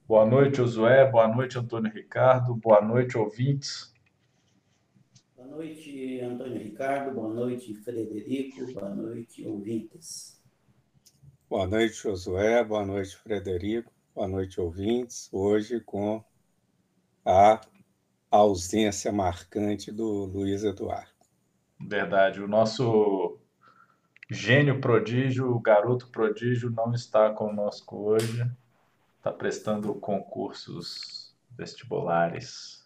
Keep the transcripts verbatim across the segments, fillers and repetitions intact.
Boa noite, Josué. Boa noite, Antônio Ricardo. Boa noite, ouvintes. Boa noite, Antônio Ricardo. Boa noite, Frederico. Boa noite, ouvintes. Boa noite, Josué. Boa noite, Frederico. Boa noite, ouvintes. Hoje com a ausência marcante do Luiz Eduardo. Verdade, o nosso gênio prodígio, o garoto prodígio, não está conosco hoje. Está prestando concursos vestibulares.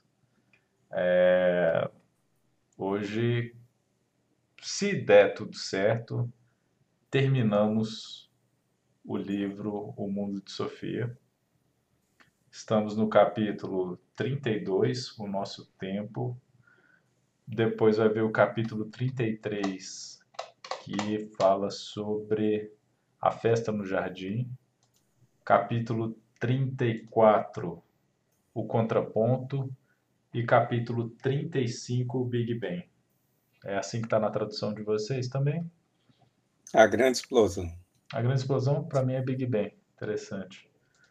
Hoje, se der tudo certo, terminamos o livro O Mundo de Sofia. Estamos no capítulo trinta e dois, O Nosso Tempo. Depois vai ver o capítulo trinta e três, que fala sobre a festa no jardim. Capítulo trinta e quatro, o contraponto. E capítulo trinta e cinco, o Big Bang. É assim que está na tradução de vocês também? A grande explosão. A grande explosão, para mim, é Big Bang. Interessante.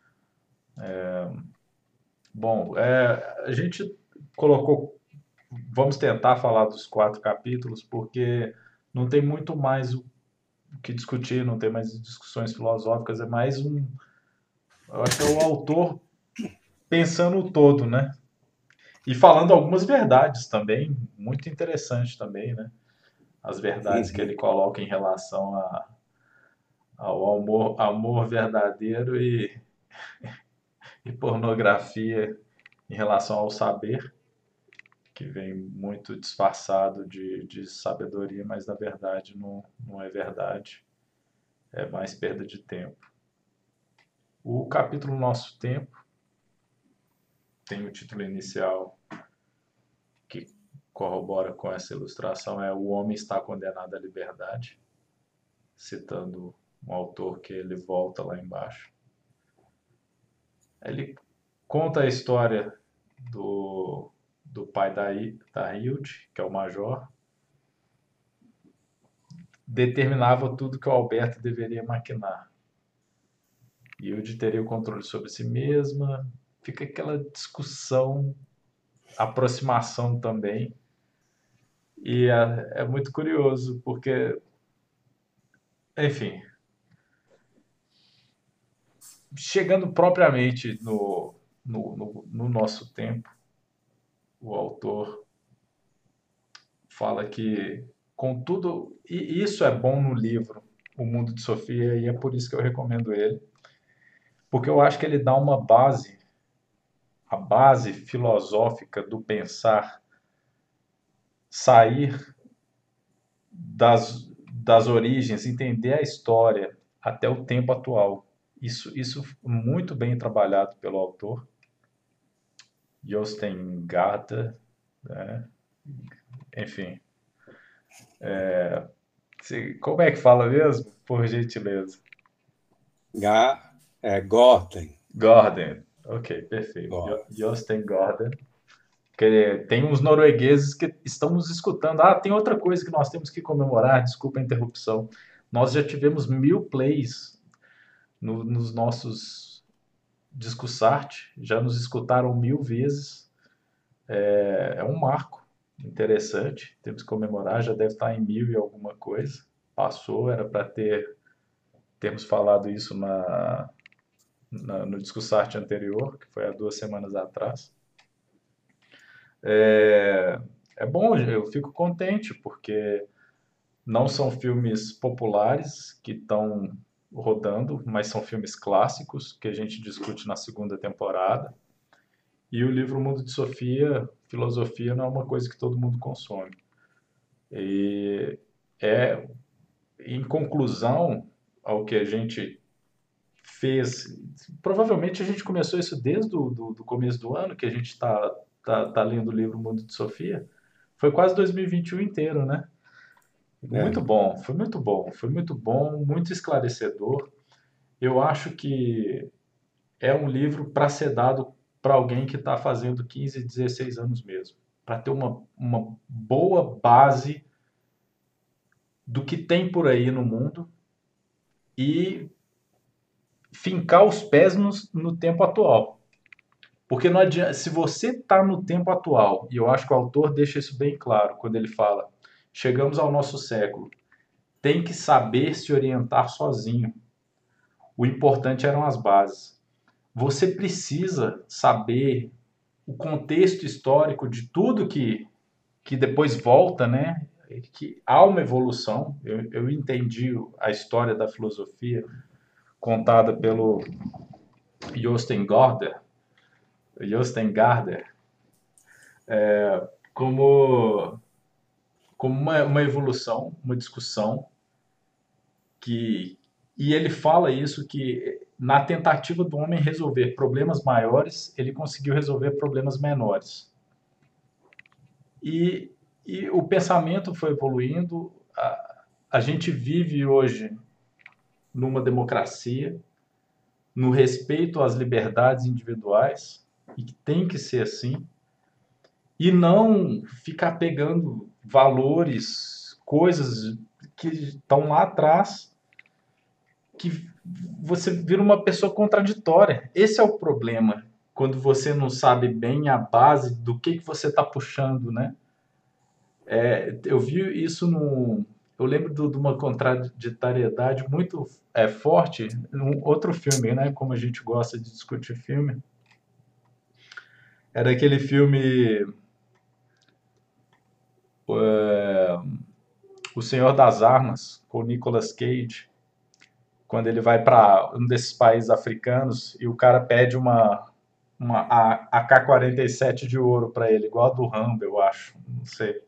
Bom, é, a gente colocou. Vamos tentar falar dos quatro capítulos, porque não tem muito mais o que discutir, não tem mais discussões filosóficas, é mais um. Eu acho que é o autor pensando o todo, né? E falando algumas verdades também, muito interessante também, né? As verdades que Uhum. ele coloca em relação a, ao amor, amor verdadeiro e, e pornografia em relação ao saber, que vem muito disfarçado de, de sabedoria, mas na verdade não, não é verdade, é mais perda de tempo. O capítulo Nosso Tempo tem o título inicial que corrobora com essa ilustração, é O Homem Está Condenado à Liberdade, citando um autor que ele volta lá embaixo. Ele conta a história do, do pai da, da Hilde, que é o Major, determinava tudo que o Alberto deveria maquinar. Hilde teria o controle sobre si mesma, fica aquela discussão, aproximação também, e é, é muito curioso, porque, enfim, chegando propriamente no, no, no, no nosso tempo, o autor fala que, contudo, e isso é bom no livro O Mundo de Sofia, e é por isso que eu recomendo ele, porque eu acho que ele dá uma base, a base filosófica do pensar, sair das, das origens, entender a história até o tempo atual. Isso, isso muito bem trabalhado pelo autor, Jostein Gaarder, né? Enfim. Como é que fala mesmo? Por gentileza. Ga, é, Gordon. Gordon. Ok, perfeito. Gordon. Jostein Gordon. Que tem uns noruegueses que estão nos escutando. Ah, tem outra coisa que nós temos que comemorar, desculpa a interrupção. Nós já tivemos mil plays no, nos nossos Discussart, já nos escutaram mil vezes. É, é um marco interessante, temos que comemorar, já deve estar em mil e alguma coisa. Passou, era para ter termos falado isso na, na, no Discussart anterior, que foi há duas semanas atrás. É, é bom, eu fico contente, porque não são filmes populares que estão rodando, mas são filmes clássicos que a gente discute na segunda temporada. E o livro Mundo de Sofia, filosofia, não é uma coisa que todo mundo consome. E é, em conclusão ao que a gente fez, provavelmente a gente começou isso desde o do, do começo do ano, que a gente está tá, tá lendo o livro Mundo de Sofia. Foi quase dois mil e vinte e um inteiro, né? Muito É. bom, foi muito bom, foi muito bom, muito esclarecedor. Eu acho que é um livro para ser dado para alguém que está fazendo quinze, dezesseis anos mesmo, para ter uma, uma boa base do que tem por aí no mundo e fincar os pés no, no tempo atual. Porque não adianta, se você está no tempo atual, e eu acho que o autor deixa isso bem claro quando ele fala, chegamos ao nosso século, tem que saber se orientar sozinho. O importante eram as bases. Você precisa saber o contexto histórico de tudo que, que depois volta, né? Que há uma evolução. Eu, eu entendi a história da filosofia contada pelo Jostein Gaarder, Jostein Gaarder, é, como, como uma, uma evolução, uma discussão que, e ele fala isso, que na tentativa do homem resolver problemas maiores, ele conseguiu resolver problemas menores. E, e o pensamento foi evoluindo, a, a gente vive hoje numa democracia, no respeito às liberdades individuais, e que tem que ser assim, e não ficar pegando valores, coisas que estão lá atrás, que você vira uma pessoa contraditória. Esse é o problema, quando você não sabe bem a base do que, que você está puxando, né? É, eu vi isso no... Eu lembro de uma contraditoriedade muito é, forte num outro filme, né? Como a gente gosta de discutir filme. Era aquele filme... É, O Senhor das Armas, com o Nicolas Cage, quando ele vai para um desses países africanos e o cara pede uma, uma A K quarenta e sete de ouro para ele, igual a do Rambo, eu acho, não sei.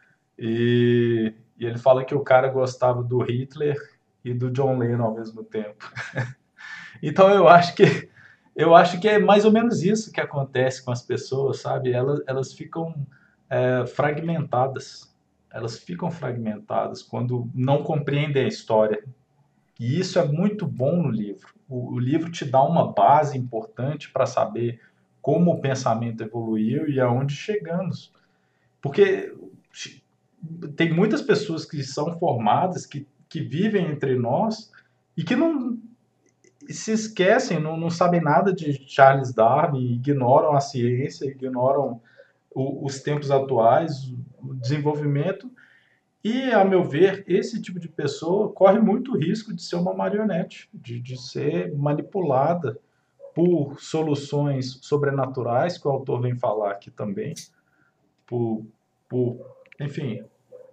E, e ele fala que o cara gostava do Hitler e do John Lennon ao mesmo tempo. Então eu acho que eu acho que é mais ou menos isso que acontece com as pessoas, sabe? Elas, elas ficam é, fragmentadas. Elas ficam fragmentadas quando não compreendem a história. E isso é muito bom no livro. O, o livro te dá uma base importante para saber como o pensamento evoluiu e aonde chegamos. Porque tem muitas pessoas que são formadas, que, que vivem entre nós e que não se esquecem, não, não sabem nada de Charles Darwin, ignoram a ciência, ignoram o, os tempos atuais, o desenvolvimento. E, a meu ver, esse tipo de pessoa corre muito risco de ser uma marionete, de, de ser manipulada por soluções sobrenaturais, que o autor vem falar aqui também, por, por enfim,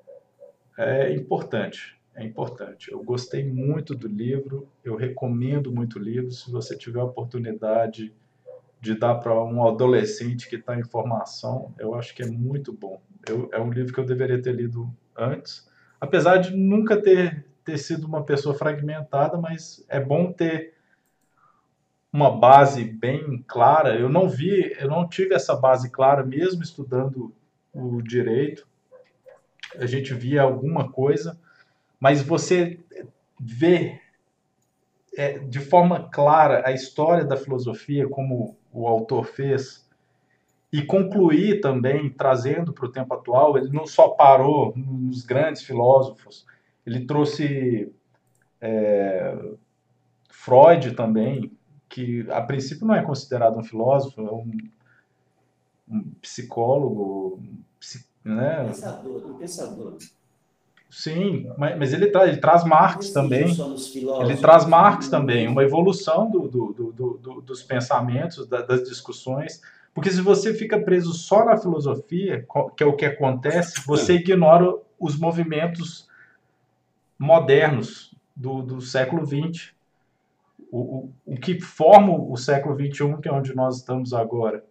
é importante, é importante. Eu gostei muito do livro, eu recomendo muito o livro, se você tiver a oportunidade de dar para um adolescente que está em formação, eu acho que é muito bom. Eu, é um livro que eu deveria ter lido antes, apesar de nunca ter, ter sido uma pessoa fragmentada, mas é bom ter uma base bem clara. Eu não vi, eu não tive essa base clara mesmo estudando o direito. A gente via alguma coisa, mas você vê é, de forma clara a história da filosofia, como o autor fez, e concluir também, trazendo para o tempo atual, ele não só parou nos grandes filósofos, ele trouxe é, Freud também, que a princípio não é considerado um filósofo, é um, um psicólogo, um, né? Um pensador, um pensador. Sim, mas, mas ele, tra ele traz Marx também. Ele traz Marx também, uma evolução do, do, do, do, dos pensamentos, da, das discussões. Porque se você fica preso só na filosofia, que é o que acontece, você ignora os movimentos modernos do, do século vinte. O, o, o que forma o século vinte e um, que é onde nós estamos agora.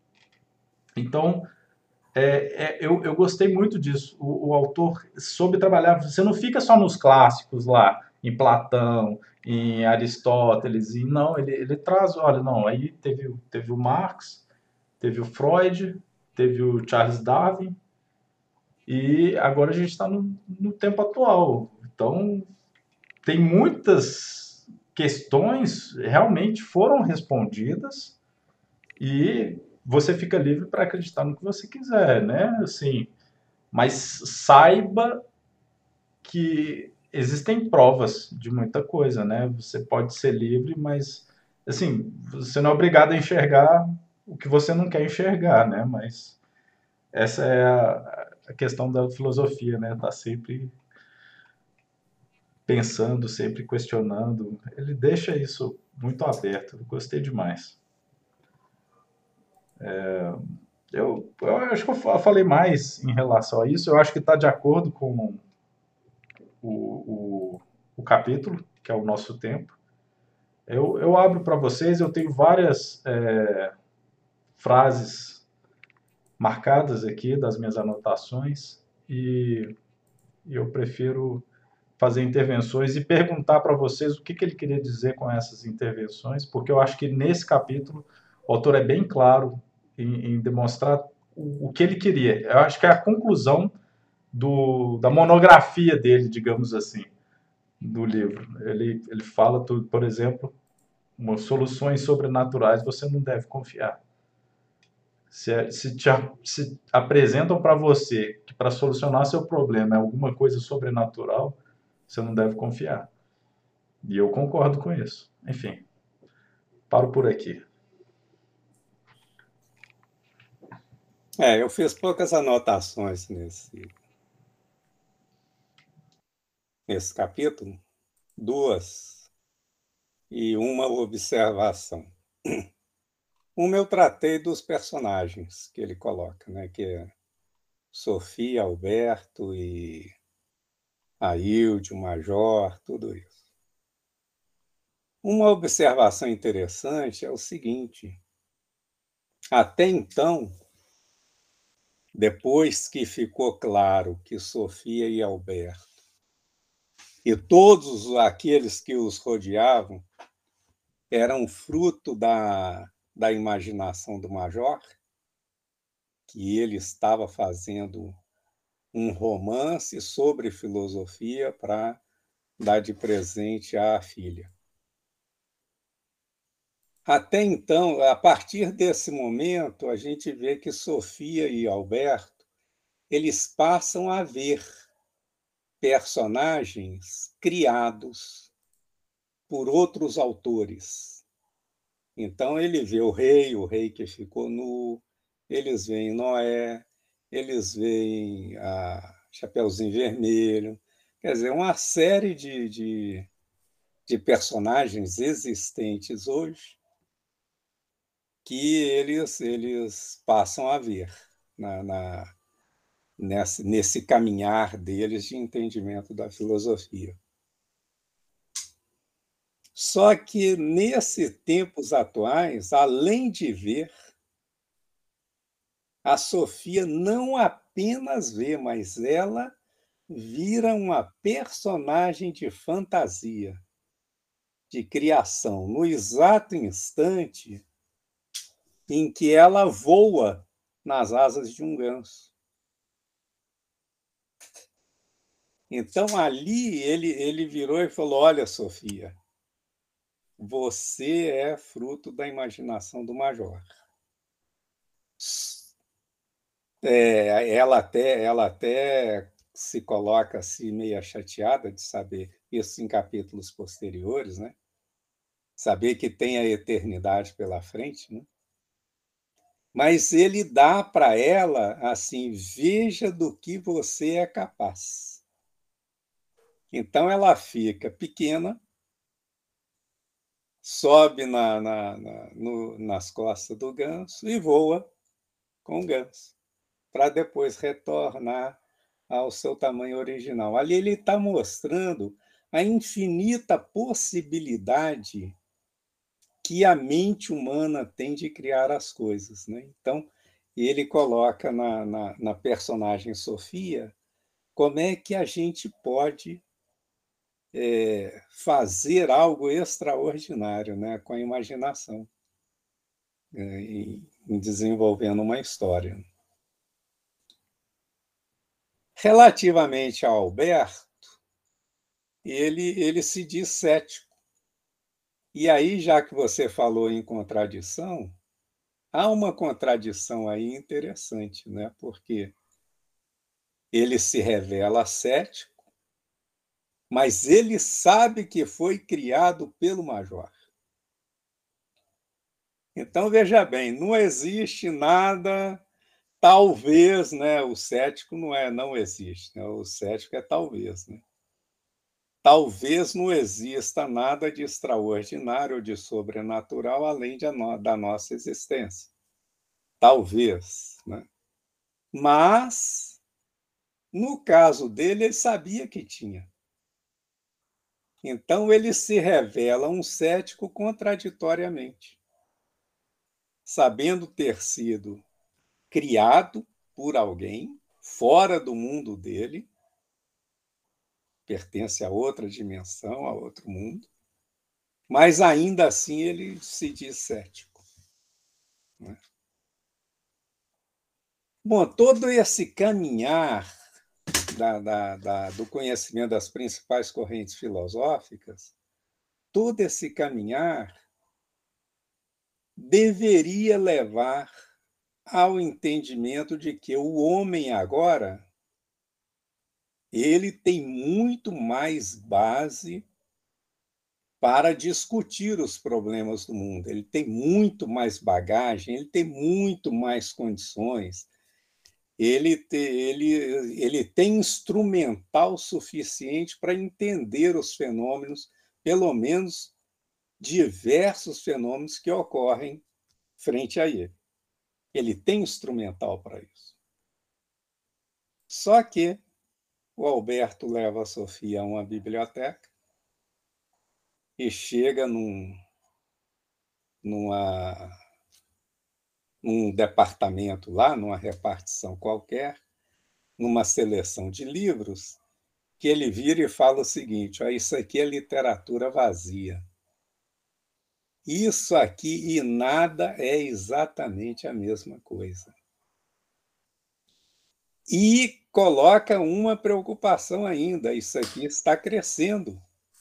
Então, é, é, eu, eu gostei muito disso. O, o autor soube trabalhar. Você não fica só nos clássicos lá, em Platão, em Aristóteles. E não, ele, ele traz, olha, não, aí teve, teve o Marx, teve o Freud, teve o Charles Darwin, e agora a gente está no, no tempo atual. Então, tem muitas questões realmente foram respondidas e você fica livre para acreditar no que você quiser, né? Assim, mas saiba que existem provas de muita coisa, né? Você pode ser livre, mas assim, você não é obrigado a enxergar o que você não quer enxergar, né? Mas essa é a, a questão da filosofia, né? Tá sempre pensando, sempre questionando. Ele deixa isso muito aberto. Eu gostei demais. É, eu, eu acho que eu falei mais em relação a isso. Eu acho que está de acordo com o, o, o capítulo, que é o nosso tempo. Eu, eu abro para vocês, eu tenho várias é, frases marcadas aqui das minhas anotações e, e eu prefiro fazer intervenções e perguntar para vocês o que, que ele queria dizer com essas intervenções, porque eu acho que nesse capítulo o autor é bem claro em, em demonstrar o, o que ele queria. Eu acho que é a conclusão do, da monografia dele, digamos assim, do livro. Ele, ele fala, tudo, por exemplo, umas soluções sobrenaturais você não deve confiar. Se, se, te, se apresentam para você que para solucionar seu problema é alguma coisa sobrenatural, você não deve confiar. E eu concordo com isso. Enfim, paro por aqui. É, eu fiz poucas anotações nesse, nesse capítulo, duas, e uma observação. Uma eu tratei dos personagens que ele coloca, né, que é Sofia, Alberto e Ailde, o Major, tudo isso. Uma observação interessante é o seguinte: até então, depois que ficou claro que Sofia e Alberto e todos aqueles que os rodeavam eram fruto da, da imaginação do Major, que ele estava fazendo um romance sobre filosofia para dar de presente à filha. Até então, a partir desse momento, a gente vê que Sofia e Alberto eles passam a ver personagens criados por outros autores. Então, ele vê o rei, o rei que ficou nu, eles veem Noé, eles veem a Chapeuzinho Vermelho, quer dizer, uma série de, de, de personagens existentes hoje que eles, eles passam a ver na, na, nesse, nesse caminhar deles de entendimento da filosofia. Só que, nesses tempos atuais, além de ver, a Sofia não apenas vê, mas ela vira uma personagem de fantasia, de criação, no exato instante em que ela voa nas asas de um ganso. Então, ali, ele, ele virou e falou: olha, Sofia, você é fruto da imaginação do Major. É, ela, até, ela até se coloca assim, meio chateada de saber isso em capítulos posteriores, né? Saber que tem a eternidade pela frente, né? Mas ele dá para ela assim: veja do que você é capaz. Então ela fica pequena, sobe na, na, na, no, nas costas do ganso e voa com o ganso, para depois retornar ao seu tamanho original. Ali ele está mostrando a infinita possibilidade que a mente humana tem de criar as coisas, né? Então, ele coloca na, na, na personagem Sofia como é que a gente pode é, fazer algo extraordinário, né, com a imaginação, é, em, em desenvolvendo uma história. Relativamente a Alberto, ele, ele se diz cético. E aí, já que você falou em contradição, há uma contradição aí interessante, né? Porque ele se revela cético, mas ele sabe que foi criado pelo Major. Então, veja bem, não existe nada, talvez, né? O cético não é não existe, né? O cético é talvez, né? Talvez não exista nada de extraordinário ou de sobrenatural além de no, da nossa existência. Talvez, né? Mas, no caso dele, ele sabia que tinha. Então, ele se revela um cético contraditoriamente, sabendo ter sido criado por alguém fora do mundo dele, pertence a outra dimensão, a outro mundo, mas ainda assim ele se diz cético, né? Bom, todo esse caminhar da, da, da, do conhecimento das principais correntes filosóficas, todo esse caminhar deveria levar ao entendimento de que o homem agora ele tem muito mais base para discutir os problemas do mundo. Ele tem muito mais bagagem, ele tem muito mais condições, ele, te, ele, ele tem instrumental suficiente para entender os fenômenos, pelo menos diversos fenômenos que ocorrem frente a ele. Ele tem instrumental para isso. Só que o Alberto leva a Sofia a uma biblioteca e chega num, numa, num departamento lá, numa repartição qualquer, numa seleção de livros, que ele vira e fala o seguinte: ó, isso aqui é literatura vazia. Isso aqui e nada é exatamente a mesma coisa. E coloca uma preocupação ainda: isso aqui está crescendo.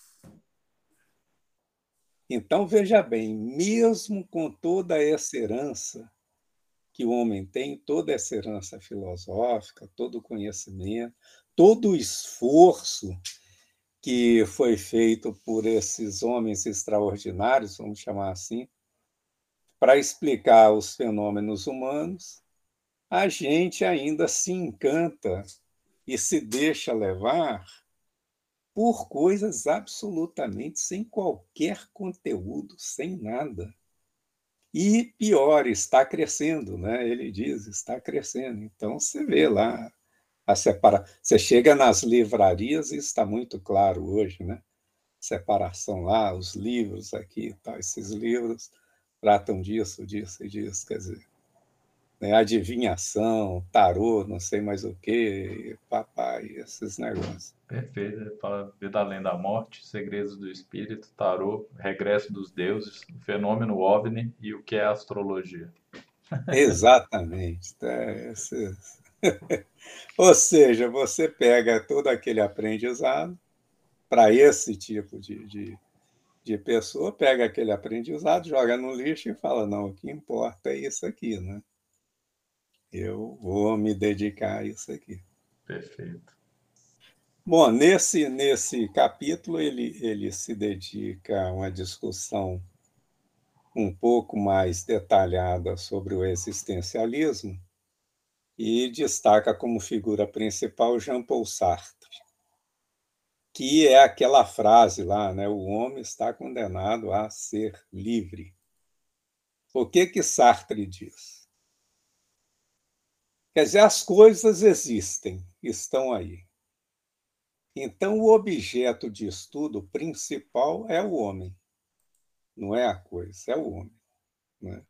Então, veja bem, mesmo com toda essa herança que o homem tem, toda essa herança filosófica, todo o conhecimento, todo o esforço que foi feito por esses homens extraordinários, vamos chamar assim, para explicar os fenômenos humanos, a gente ainda se encanta e se deixa levar por coisas absolutamente sem qualquer conteúdo, sem nada. E pior, está crescendo, né? Ele diz, está crescendo. Então, você vê lá a separa... Você chega nas livrarias e está muito claro hoje, né? Separação lá, os livros aqui, tal. Esses livros tratam disso, disso e disso, quer dizer, né? Adivinhação, tarô, não sei mais o que, papai, esses negócios. Perfeito. Fala Vida Além da Morte, Segredos do Espírito, Tarô, Regresso dos Deuses, o Fenômeno OVNI e o que é astrologia. Exatamente. É, esses... Ou seja, você pega todo aquele aprendizado para esse tipo de, de, de pessoa, pega aquele aprendizado, joga no lixo e fala, não, o que importa é isso aqui, né? Eu vou me dedicar a isso aqui. Perfeito. Bom, nesse, nesse capítulo ele, ele se dedica a uma discussão um pouco mais detalhada sobre o existencialismo e destaca como figura principal Jean-Paul Sartre, que é aquela frase lá, né? O homem está condenado a ser livre. O que que Sartre diz? Quer dizer, as coisas existem, estão aí. Então, o objeto de estudo principal é o homem, não é a coisa, é o homem, né?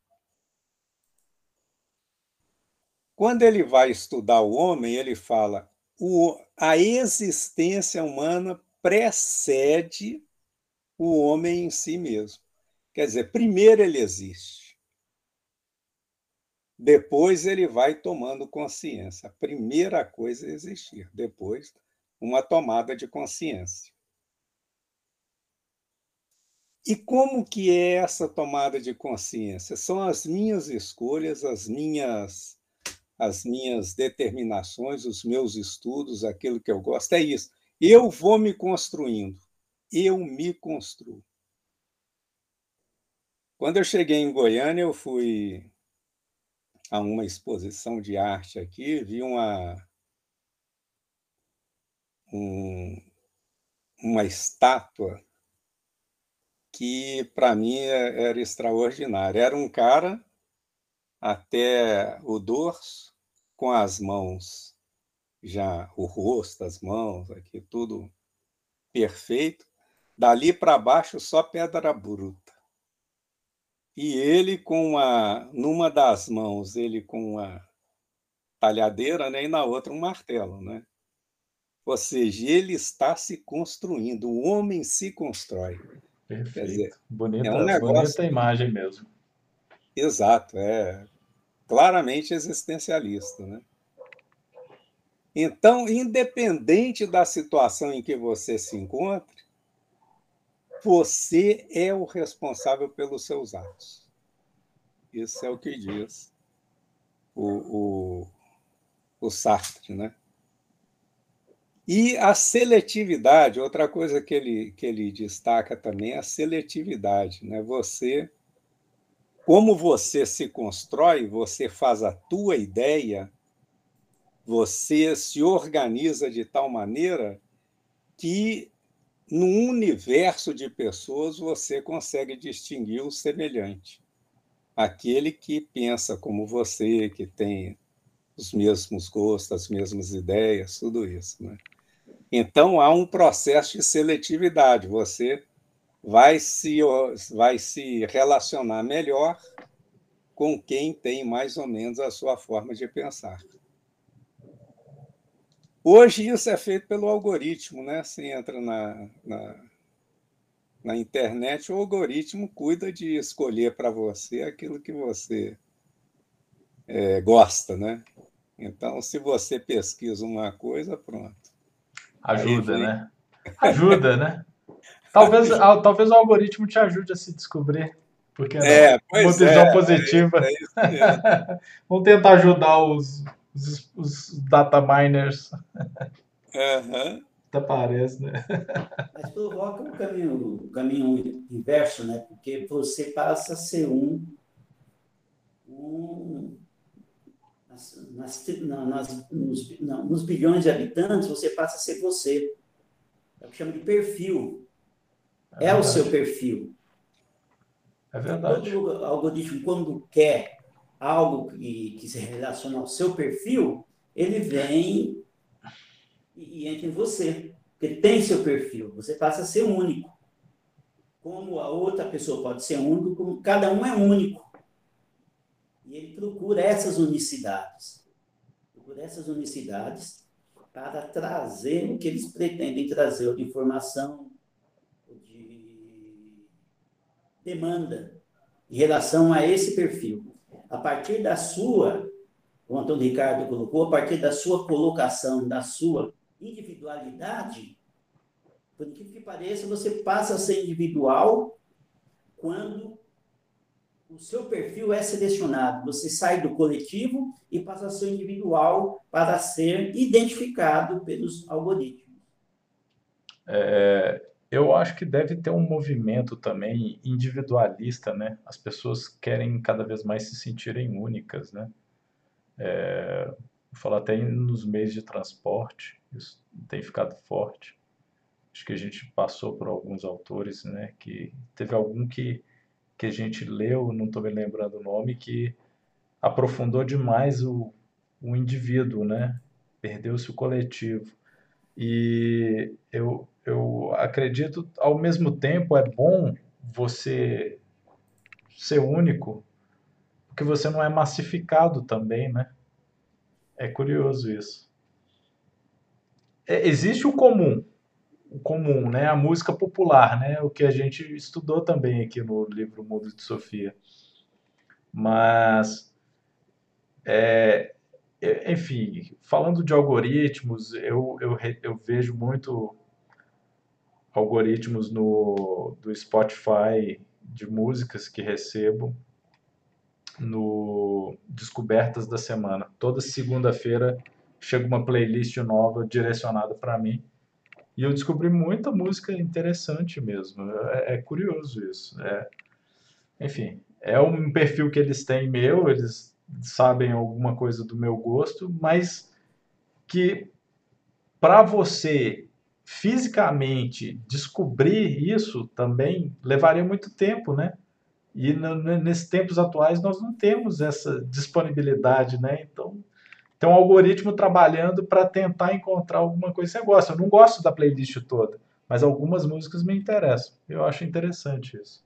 Quando ele vai estudar o homem, ele fala o, a existência humana precede o homem em si mesmo. Quer dizer, primeiro ele existe, depois ele vai tomando consciência. A primeira coisa é existir, depois uma tomada de consciência. E como que é essa tomada de consciência? São as minhas escolhas, as minhas, as minhas determinações, os meus estudos, aquilo que eu gosto. É isso. Eu vou me construindo. Eu me construo. Quando eu cheguei em Goiânia, eu fui a uma exposição de arte aqui, vi uma, um, uma estátua que, para mim, é- era extraordinária. Era um cara até o dorso, com as mãos, já o rosto, as mãos, aqui tudo perfeito. Dali para baixo, só pedra bruta. E ele com uma, numa das mãos, ele com uma talhadeira, né, e na outra um martelo, né? Ou seja, ele está se construindo, o homem se constrói. Quer dizer, Perfeito. é um Bonita, negócio bonita imagem mesmo. exato, é claramente existencialista, né? Então, independente da situação em que você se encontre, você é o responsável pelos seus atos. Isso é o que diz o, o, o Sartre, né? E a seletividade, outra coisa que ele, que ele destaca também é a seletividade, né? Você, como você se constrói, você faz a tua ideia, você se organiza de tal maneira que num universo de pessoas você consegue distinguir o semelhante, aquele que pensa como você, que tem os mesmos gostos, as mesmas ideias, tudo isso, né? Então há um processo de seletividade. Você vai se, vai se relacionar melhor com quem tem mais ou menos a sua forma de pensar. Hoje isso é feito pelo algoritmo, né? Você entra na, na, na internet, o algoritmo cuida de escolher para você aquilo que você é, gosta, né? Então, se você pesquisa uma coisa, pronto. Aí Ajuda, vem. né? Ajuda, né? Talvez, ah, talvez o algoritmo te ajude a se descobrir. Por que não? É, Uma pois é, visão é, positiva. é isso mesmo. Vamos tentar ajudar os, os, os data miners. Uhum. Até parece, né? Mas provoca o caminho, o caminho inverso, né? Porque você passa a ser um, um nas, nas, nas, nos, não, nos bilhões de habitantes, você passa a ser você. É o que chama de perfil. É É o seu verdade. perfil. É Porque verdade. todo algoritmo, quando quer algo que, que se relaciona ao seu perfil, ele vem e, e entra em você. Porque tem seu perfil. Você passa a ser único. Como a outra pessoa pode ser único, como cada um é único. E ele procura essas unicidades. Procura essas unicidades para trazer o que eles pretendem trazer, de informação, de demanda, em relação a esse perfil. A partir da sua, o Antônio Ricardo colocou, a partir da sua colocação, da sua individualidade, por incrível que pareça, você passa a ser individual quando o seu perfil é selecionado. Você sai do coletivo e passa a ser individual para ser identificado pelos algoritmos. É, eu acho que deve ter um movimento também individualista, né? As pessoas querem cada vez mais se sentirem únicas, né? É, vou falar até nos meios de transporte, isso tem ficado forte. Acho que a gente passou por alguns autores, né? Que teve algum que, que a gente leu, não estou me lembrando o nome, que aprofundou demais o, o indivíduo, né? Perdeu-se o coletivo. E eu, eu acredito, ao mesmo tempo, é bom você ser único, porque você não é massificado também, né? É curioso isso. É, existe o comum, o comum, né? A música popular, né? O que a gente estudou também aqui no livro Mundo de Sofia. Mas, enfim, falando de algoritmos, eu, eu, eu vejo muito algoritmos no do Spotify de músicas que recebo no Descobertas da Semana. Toda segunda-feira chega uma playlist nova direcionada para mim e eu descobri muita música interessante mesmo. É, é curioso isso. É, enfim, é um perfil que eles têm meu, eles sabem alguma coisa do meu gosto, mas que para você fisicamente descobrir isso também levaria muito tempo, né? E no, nesses tempos atuais nós não temos essa disponibilidade, né? Então, tem um algoritmo trabalhando para tentar encontrar alguma coisa que você gosta. Eu não gosto da playlist toda, mas algumas músicas me interessam. Eu acho interessante isso.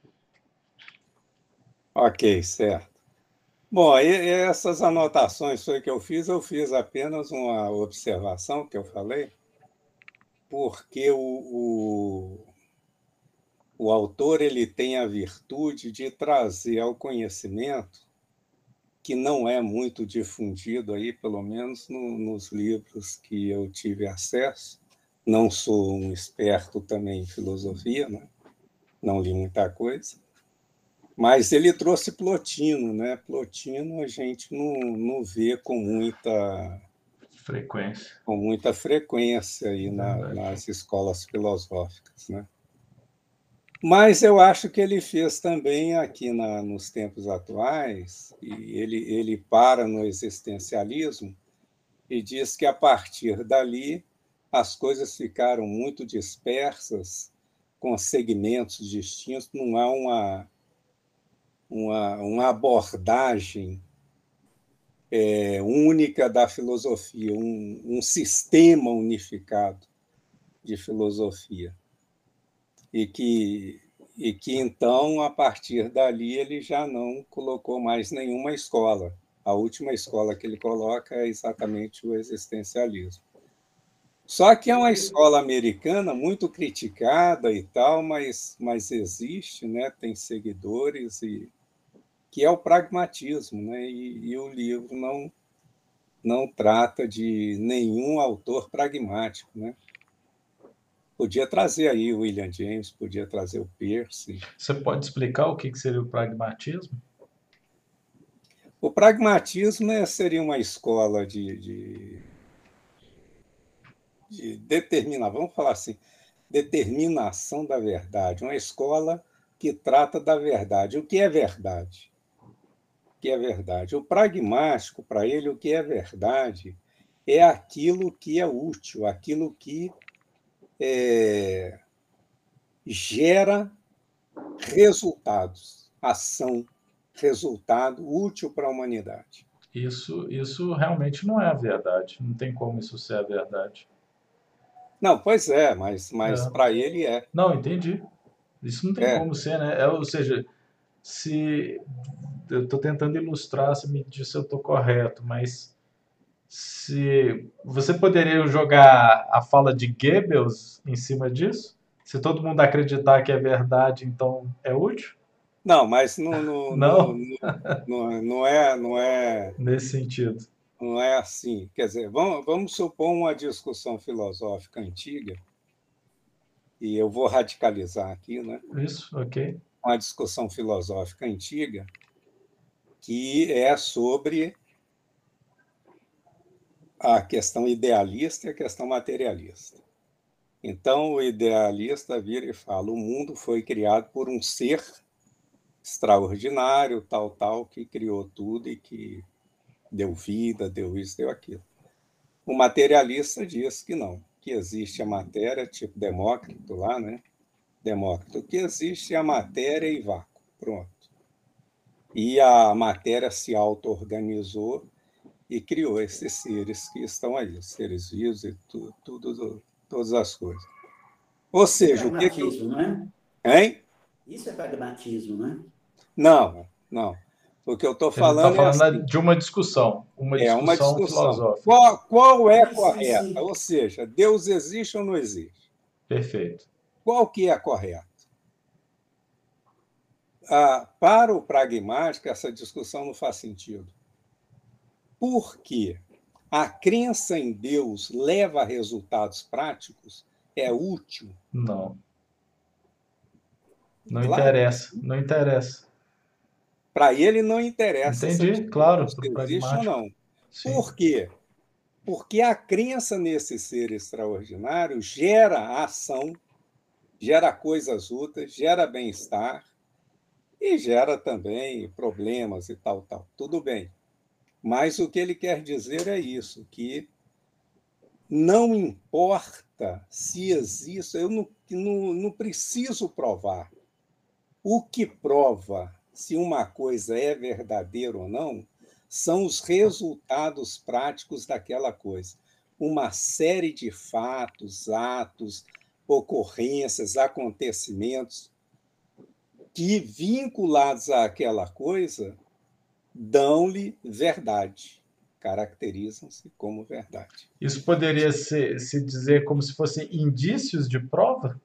Ok, certo. Bom, e, e essas anotações foi que eu fiz, eu fiz apenas uma observação que eu falei, porque o, o, o autor ele tem a virtude de trazer ao conhecimento, que não é muito difundido aí, pelo menos no, nos livros que eu tive acesso. Não sou um experto também em filosofia, né? Não li muita coisa, mas ele trouxe Plotino, né? Plotino a gente não, não vê com muita, Frequência. com muita frequência aí na, Verdade. nas escolas filosóficas, né? Mas eu acho que ele fez também aqui na, nos tempos atuais, e ele, ele para no existencialismo e diz que, a partir dali, as coisas ficaram muito dispersas, com segmentos distintos, não há uma, uma, uma abordagem é, única da filosofia, um, um sistema unificado de filosofia. E que, e que, então, a partir dali, ele já não colocou mais nenhuma escola. A última escola que ele coloca é exatamente o existencialismo. Só que é uma escola americana muito criticada e tal, mas, mas existe, né? Tem seguidores, e que é o pragmatismo, né? E, e o livro não, não trata de nenhum autor pragmático, né? Podia trazer aí o William James, podia trazer o Peirce. Você pode explicar o que seria o pragmatismo? O pragmatismo é, seria uma escola de, de, de determinar, vamos falar assim, determinação da verdade, uma escola que trata da verdade. O que é verdade? O que é verdade? O pragmático, para ele, o que é verdade é aquilo que é útil, aquilo que é, gera resultados, ação, resultado útil para a humanidade. Isso, isso realmente não é a verdade. Não tem como isso ser a verdade. Não, pois é, mas, mas É. para ele é. Não, entendi. Isso não tem É. como ser, né? É, ou seja, se eu estou tentando ilustrar, se me diz se eu estou correto, mas se você poderia jogar a fala de Goebbels em cima disso? Se todo mundo acreditar que é verdade, então é útil? Não, mas no, no, no, Não, no, não, é, não, é, nesse sentido. não é assim. Quer dizer, vamos, vamos supor uma discussão filosófica antiga, e eu vou radicalizar aqui, né? Isso, ok. Uma discussão filosófica antiga que é sobre a questão idealista e a questão materialista. Então, o idealista vira e fala: o mundo foi criado por um ser extraordinário, tal, tal, que criou tudo e que deu vida, deu isso, deu aquilo. O materialista diz que não, que existe a matéria, tipo Demócrito lá, né? Demócrito, que existe a matéria e vácuo, pronto. E a matéria se auto-organizou e criou esses seres que estão aí, os seres vivos e tudo, tudo, todas as coisas. Ou seja, o que que... Pragmatismo, não é? Hein? Isso é pragmatismo, não é? Não, não. O que eu estou Ele está falando é falando assim, de uma discussão, uma é uma discussão discussão. filosófica. Qual, qual é a Sim, sim, correta? sim. Ou seja, Deus existe ou não existe? Perfeito. Qual que é a correta? Ah, para o pragmático, essa discussão não faz sentido. Por quê? A crença em Deus leva a resultados práticos? É útil? Não. Não Claro. interessa. Não interessa. Para ele não interessa essa Entendi, discussão claro, se para o existe ou pragmático. não. Sim. Por quê? Porque a crença nesse ser extraordinário gera ação, gera coisas úteis, gera bem-estar, e gera também problemas e tal, tal. Tudo bem. Mas o que ele quer dizer é isso, que não importa se existe, eu não, não, não preciso provar. O que prova se uma coisa é verdadeira ou não são os resultados práticos daquela coisa. Uma série de fatos, atos, ocorrências, acontecimentos que, vinculados àquela coisa, dão-lhe verdade, caracterizam-se como verdade. Isso poderia ser, se dizer como se fossem indícios de prova?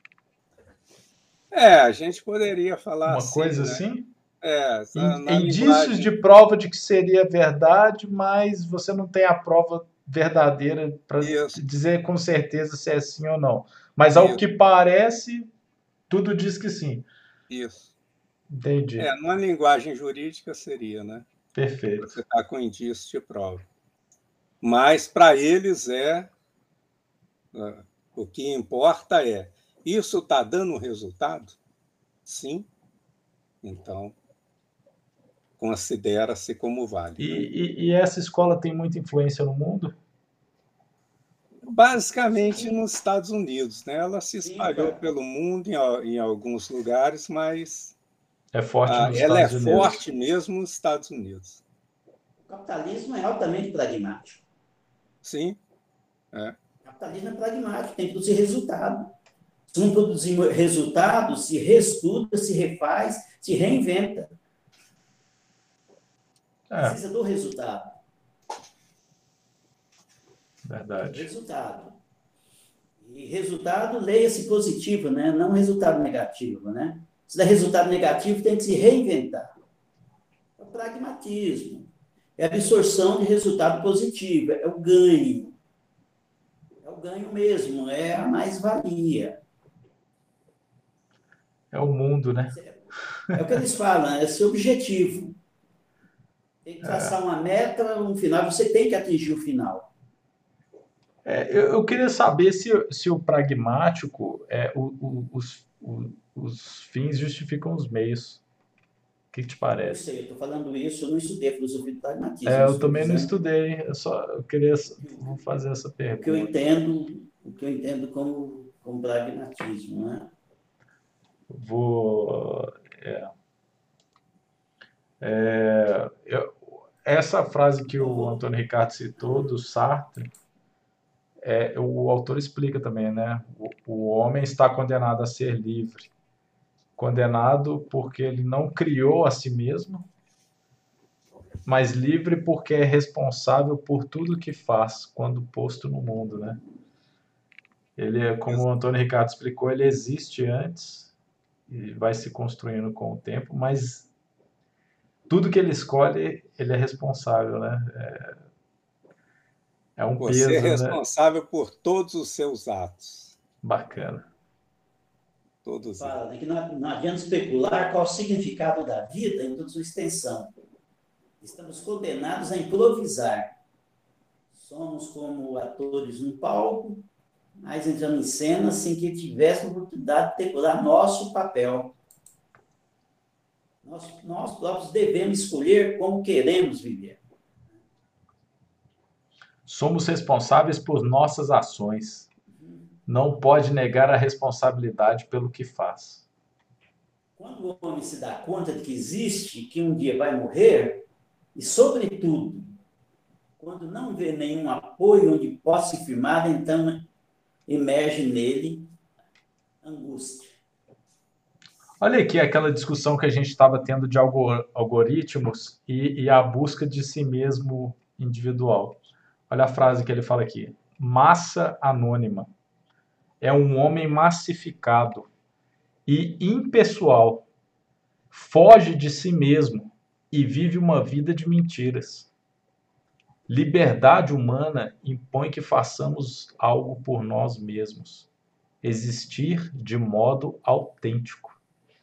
É, a gente poderia falar Uma assim, coisa né? assim? É, In- na Indícios de linguagem. prova de que seria verdade, mas você não tem a prova verdadeira para Isso, dizer com certeza se é sim ou não. Mas ao isso, que parece, tudo diz que sim. isso. Entendi. É, numa linguagem jurídica seria, né? Você Perfeito. está com indício de prova. Mas para eles é, é, o que importa é, isso está dando resultado? Sim, então considera-se como E, válido. e- e essa escola tem muita influência no mundo? Basicamente Sim, nos Estados Unidos, né? Ela se sim, espalhou cara. pelo mundo em, al- em alguns lugares, mas É forte ah, nos ela é Estados Unidos. forte mesmo nos Estados Unidos. O capitalismo é altamente pragmático. Sim, é. O capitalismo é pragmático, tem que produzir resultado. Se não produzir resultado, se reestuda, se refaz, se reinventa. É, Precisa do resultado. Do verdade. resultado. E resultado, leia-se positivo, né? Não resultado negativo, né? Se der resultado negativo, tem que se reinventar. É o pragmatismo. É a absorção de resultado positivo, é o ganho. É o ganho mesmo, é a mais-valia. É o mundo, né? É o que eles falam, é ser objetivo. Tem que É. traçar uma meta, um final, você tem que atingir o final. É, eu, eu queria saber se, se o pragmático, é, o- o- os, o- os fins justificam os meios. O que, que te Eu não parece? sei, eu estou falando isso, eu não estudei filosofia do É, pragmatismo, eu eu estou também não dizendo estudei, eu só eu queria que o, vou fazer essa o que eu pergunta. entendo, o que eu entendo como, como pragmatismo, né? Vou. É, é, eu- essa frase que Então, o vou, Antônio Ricardo citou, do Sartre, é, o autor explica também, né? O, o homem está condenado a ser livre. Condenado porque ele não criou a si mesmo, mas livre porque é responsável por tudo que faz quando posto no mundo, né? Ele, é, como o Antônio Ricardo explicou, ele existe antes e vai se construindo com o tempo, mas tudo que ele escolhe, ele é responsável, né? É um Você é peso, né? responsável por todos os seus atos, Bacana. todos eles. fala, né, que não, não adianta especular qual o significado da vida em toda sua extensão. Estamos condenados a improvisar. Somos como atores no palco, mas entramos em cena sem que tivéssemos oportunidade de decorar nosso papel. Nós, nós próprios devemos escolher como queremos viver. Somos responsáveis por nossas ações. Não pode negar a responsabilidade pelo que faz. Quando o homem se dá conta de que existe, que um dia vai morrer, e, sobretudo, quando não vê nenhum apoio onde possa se firmar, então emerge nele angústia. Olha aqui aquela discussão que a gente estava tendo de algoritmos e, e a busca de si mesmo individual. Olha a frase que ele fala aqui: massa anônima é um homem massificado e impessoal, foge de si mesmo e vive uma vida de mentiras. Liberdade humana impõe que façamos algo por nós mesmos, existir de modo autêntico.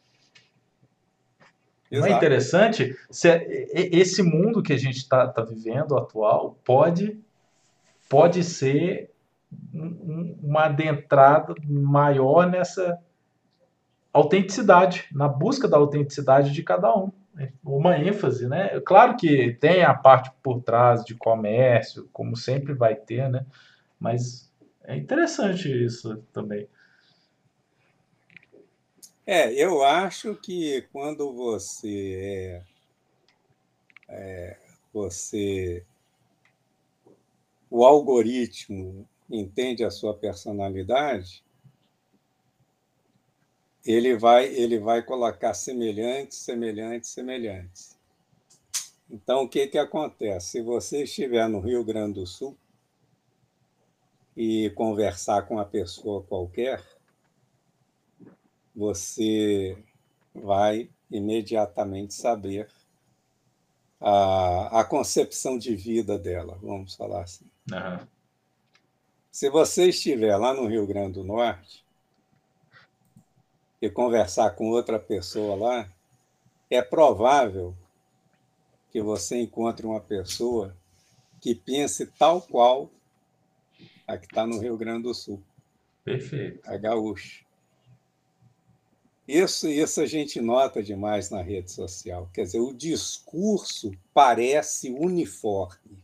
Não é Exato. interessante? Esse mundo que a gente está tá vivendo atual pode, pode ser uma adentrada maior nessa, autenticidade, na busca da autenticidade de cada um. Uma ênfase, né? Claro que tem a parte por trás de comércio, como sempre vai ter, né? Mas é interessante isso também. É, eu acho que quando você é, é, você o algoritmo entende a sua personalidade, ele vai ele vai colocar semelhantes, semelhantes, semelhantes. Então, o que que acontece? Se você estiver no Rio Grande do Sul e conversar com uma pessoa qualquer, você vai imediatamente saber a, a concepção de vida dela, vamos falar assim. Uhum. Se você estiver lá no Rio Grande do Norte e conversar com outra pessoa lá, é provável que você encontre uma pessoa que pense tal qual a que está no Rio Grande do Sul, Perfeito. a gaúcha. Isso, isso a gente nota demais na rede social. Quer dizer, o discurso parece uniforme.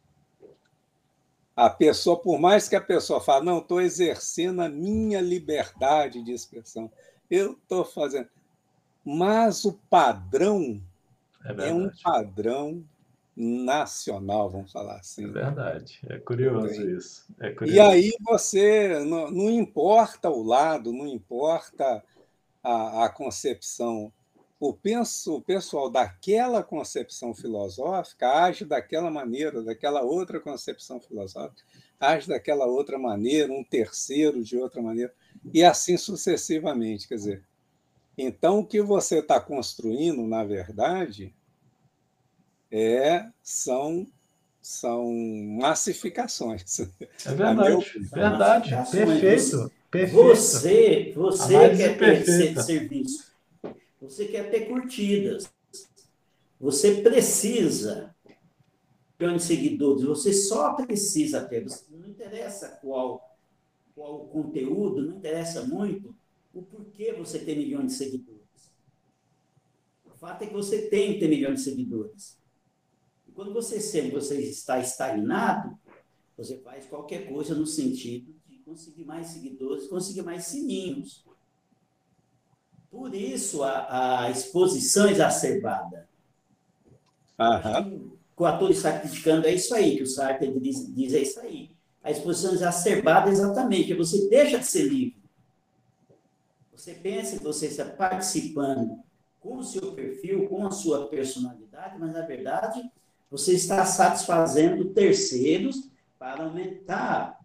A pessoa, por mais que a pessoa fale, não, estou exercendo a minha liberdade de expressão, eu estou fazendo. Mas o padrão É é um verdade. padrão nacional, vamos falar É assim. verdade. É curioso Entende? isso. É E curioso. aí você, não, não importa o lado, não importa a, a concepção. O, penso, o pessoal daquela concepção filosófica age daquela maneira, daquela outra concepção filosófica age daquela outra maneira, um terceiro de outra maneira, e assim sucessivamente. Quer dizer, então o que você está construindo, na verdade, é, são, são massificações. É A meu verdade. ver. São Verdade. massificações. Perfeito. Perfeito. Você, você Análise quer ter ser- perfeita. serviço, você quer ter curtidas, você precisa de milhões de seguidores, você só precisa ter, não interessa qual, qual o conteúdo, não interessa muito o porquê você tem milhões de seguidores. O fato é que você tem que ter milhões de seguidores. E quando você sente que você está estagnado, você faz qualquer coisa no sentido de conseguir mais seguidores, conseguir mais sininhos. Por isso, a, a exposição exacerbada. Eu acho que Aham. o, o ator está criticando é isso aí, que o Sartre diz, diz é isso aí. A exposição exacerbada é exatamente, que você deixa de ser livre. Você pensa que você está participando com o seu perfil, com a sua personalidade, mas, na verdade, você está satisfazendo terceiros para aumentar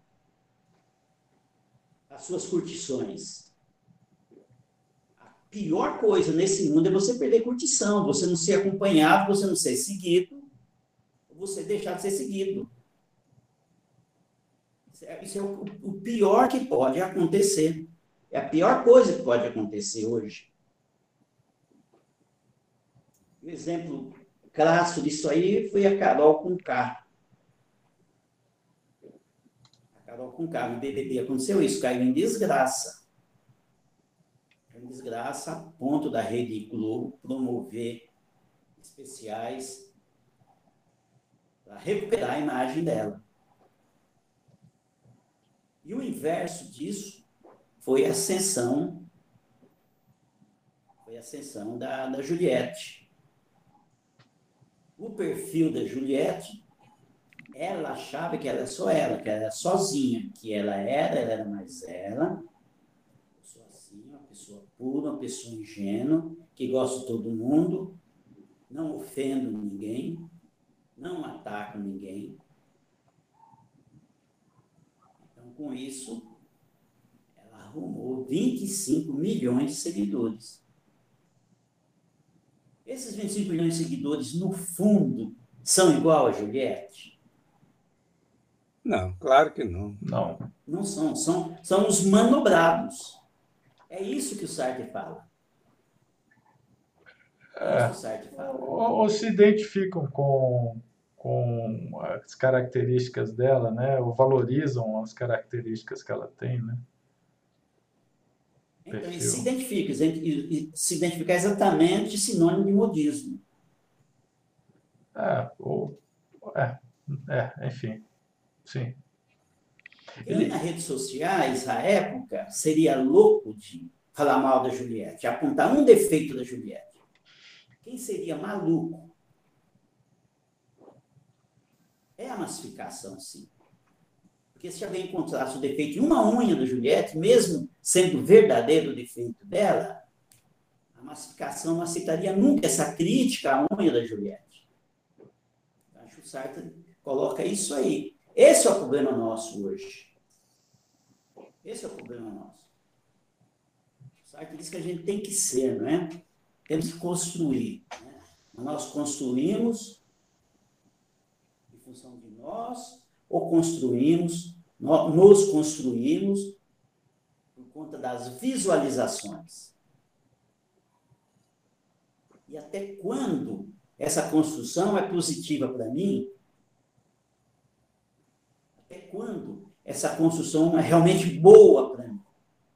as suas curtições. A pior coisa nesse mundo é você perder curtição, você não ser acompanhado, você não ser seguido, você deixar de ser seguido. Isso é o, o pior que pode acontecer. É a pior coisa que pode acontecer hoje. Um exemplo clássico disso aí foi a Carol Conká. A Carol Conká, no B B B, aconteceu isso, caiu em desgraça. Caiu em desgraça a ponto da Rede Globo promover especiais para recuperar a imagem dela. E o inverso disso foi a ascensão, foi a ascensão da, da Juliette. O perfil da Juliette, ela achava que era só ela, que ela era sozinha, que ela era, ela era mais ela, uma pessoa assim, uma pessoa pura, uma pessoa ingênua, que gosta de todo mundo, não ofendo ninguém, não ataco ninguém. Então, com isso, ela arrumou vinte e cinco milhões de seguidores. Esses vinte e cinco milhões de seguidores, no fundo, são igual a Juliette? Não, claro que não. Não. Não são, são, são os manobrados. É isso que o Sartre fala. É isso que o Sartre fala. Ou, ou se identificam com, com as características dela, né? Ou valorizam as características que ela tem, né? Então, ele se perfil. identifica, e- e se identificar exatamente sinônimo de modismo. É, ou, é, é, enfim, sim. Quem nas Ele, redes sociais, à época, seria louco de falar mal da Juliette, apontar um defeito da Juliette? Quem seria maluco? É a massificação, sim. Porque se alguém encontrasse o defeito em uma unha da Juliette, mesmo sendo verdadeiro o defeito dela, a massificação não aceitaria nunca essa crítica à unha da Juliette. Acho que o Sartre coloca isso aí. Esse é o problema nosso hoje. Esse é o problema nosso. O Sartre diz que a gente tem que ser, não é? Temos que construir. Né? Nós construímos em função de nós, ou construímos, nos construímos por conta das visualizações. E até quando essa construção é positiva para mim? Até quando essa construção é realmente boa para mim?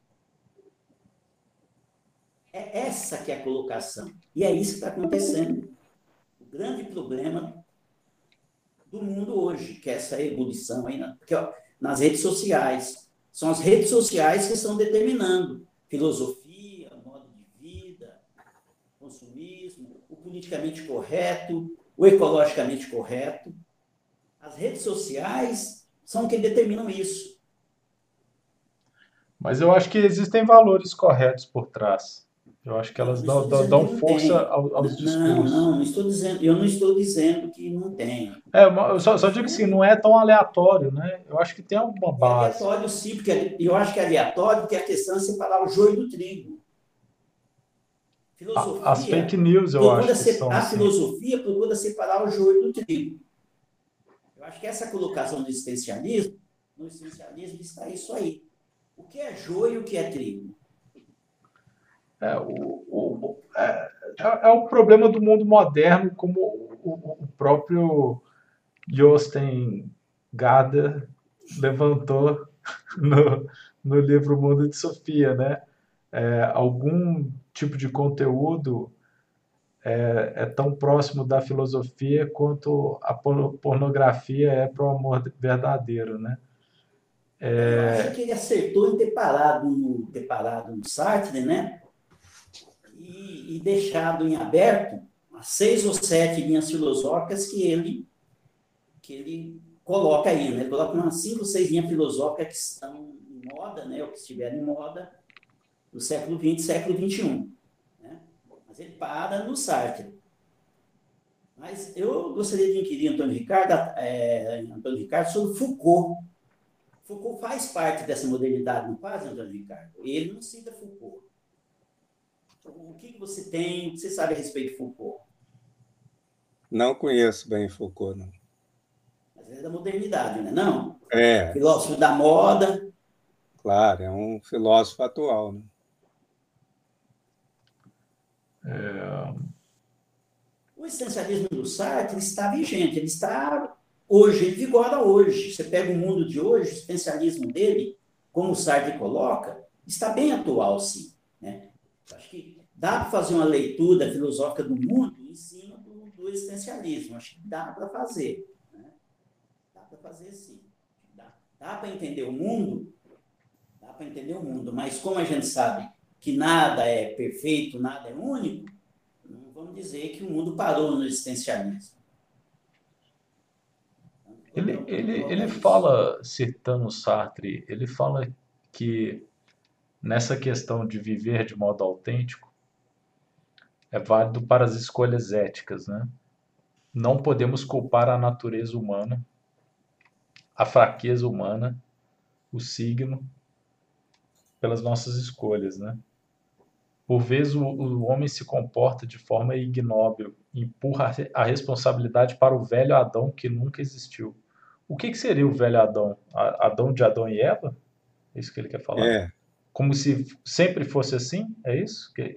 É essa que é a colocação. E é isso que está acontecendo. O grande problema do mundo hoje, que é essa ebulição aí, na, porque, ó, nas redes sociais. São as redes sociais que estão determinando filosofia, modo de vida, consumismo, o politicamente correto, o ecologicamente correto. As redes sociais são quem determinam isso. mas eu acho que existem valores corretos por trás. Eu acho que Não, elas não dão, estou dão, dizendo que dão não força tem. ao- aos Não, discursos. não, não estou dizendo, eu não estou dizendo que não tem. É, eu Estou só, só digo assim, dizendo não é tão aleatório, né? Eu acho que tem alguma é base. aleatório, sim, porque eu acho que é aleatório porque a questão é separar o joio do trigo. A- As fake Filosofia news eu procura acho que ser, são a assim. filosofia procura separar o joio do trigo. Eu acho que essa colocação do existencialismo, no existencialismo está isso aí. O que é joio e o que é trigo? É, o, o- é, é- é o problema do mundo moderno, como o, o próprio Jostein Gader levantou no, no livro Mundo de Sofia, né? É, algum tipo de conteúdo é, é tão próximo da filosofia quanto a pornografia é para o amor verdadeiro, né? Então, eu acho que ele acertou em ter parado no, ter parado no Sartre, né? E, e deixado em aberto as seis ou sete linhas filosóficas que ele, que ele coloca aí, né? Ele coloca umas cinco ou seis linhas filosóficas que estão em moda, né? Ou que estiveram em moda do século vinte, século vinte e um. Né? Mas ele para no Sartre. Mas eu gostaria de inquirir Antônio Ricardo, é, Antônio Ricardo sobre Foucault. Foucault faz parte dessa modernidade, não faz, Antônio Ricardo? Ele não cita Foucault. O que você tem, o que você sabe a respeito de Foucault? Não conheço bem Foucault, não. Mas ele é da modernidade, né? Não? É, Filósofo da moda. claro, é um filósofo atual, né? O existencialismo do Sartre está vigente, ele está hoje, ele vigora hoje. Você pega o mundo de hoje, o existencialismo dele, como o Sartre coloca, está bem atual, sim. Né? Acho que dá para fazer uma leitura filosófica do mundo em cima do, do existencialismo. Acho que dá para fazer. Né? Dá para fazer, sim. Dá, dá para entender o mundo, dá para entender o mundo, mas como a gente sabe que nada é perfeito, nada é único, não vamos dizer que o mundo parou no existencialismo. Quando o Ele, autor ele, coloca ele isso. fala, citando Sartre, ele fala que nessa questão de viver de modo autêntico é válido para as escolhas éticas, né? Não podemos culpar a natureza humana, a fraqueza humana, o signo, pelas nossas escolhas, né? Por vezes o, o homem se comporta de forma ignóbil, empurra a responsabilidade para o velho Adão que nunca existiu. O que, que seria o velho Adão? A- Adão de Adão e Eva? É isso que ele quer falar? É, Como se sempre fosse assim? É isso? Que...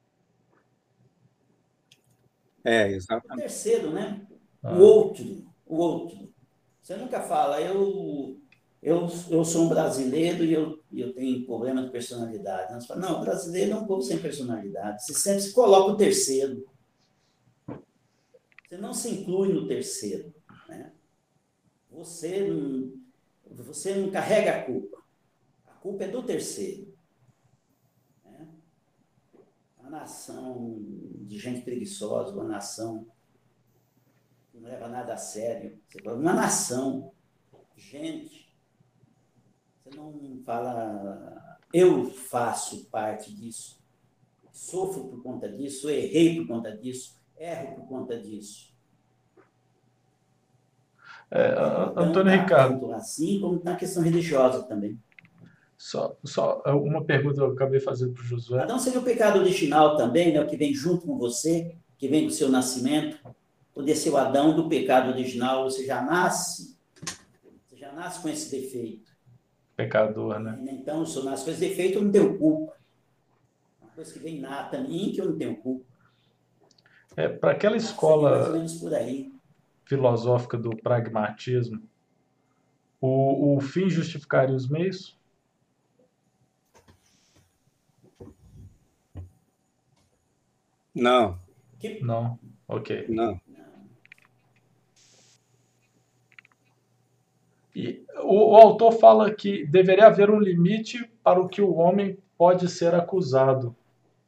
é, O exatamente. terceiro, né? O Ah, outro. O outro. Você nunca fala, eu, eu, eu sou um brasileiro e eu, eu tenho problema de personalidade. Nós falamos, não, o brasileiro é um povo sem personalidade. Você sempre se coloca o terceiro. Você não se inclui no terceiro. Né? Você, não, você não carrega a culpa. A culpa é do terceiro. Né? Uma nação de gente preguiçosa, uma nação que não leva nada a sério. Uma nação, gente, você não fala, eu faço parte disso, sofro por conta disso, errei por conta disso, erro por conta disso. É, Então, Antônio tá, Ricardo, tanto assim como na questão religiosa também. só, só uma pergunta que eu acabei fazendo para o Josué. Adão seria o pecado original também, né, o que vem junto com você, que vem do seu nascimento, poder ser o Adão do pecado original, você já nasce, você já nasce com esse defeito. Pecador, né? Então, se eu nasço com esse defeito, eu não tenho culpa. Uma coisa que vem nata em mim que eu não tenho culpa. É, para aquela Acho que seria mais ou escola menos por aí. filosófica do pragmatismo, o, o fim justificaria os meios? Não, Que... Não. Ok. não. E o, o autor fala que deveria haver um limite para o que o homem pode ser acusado.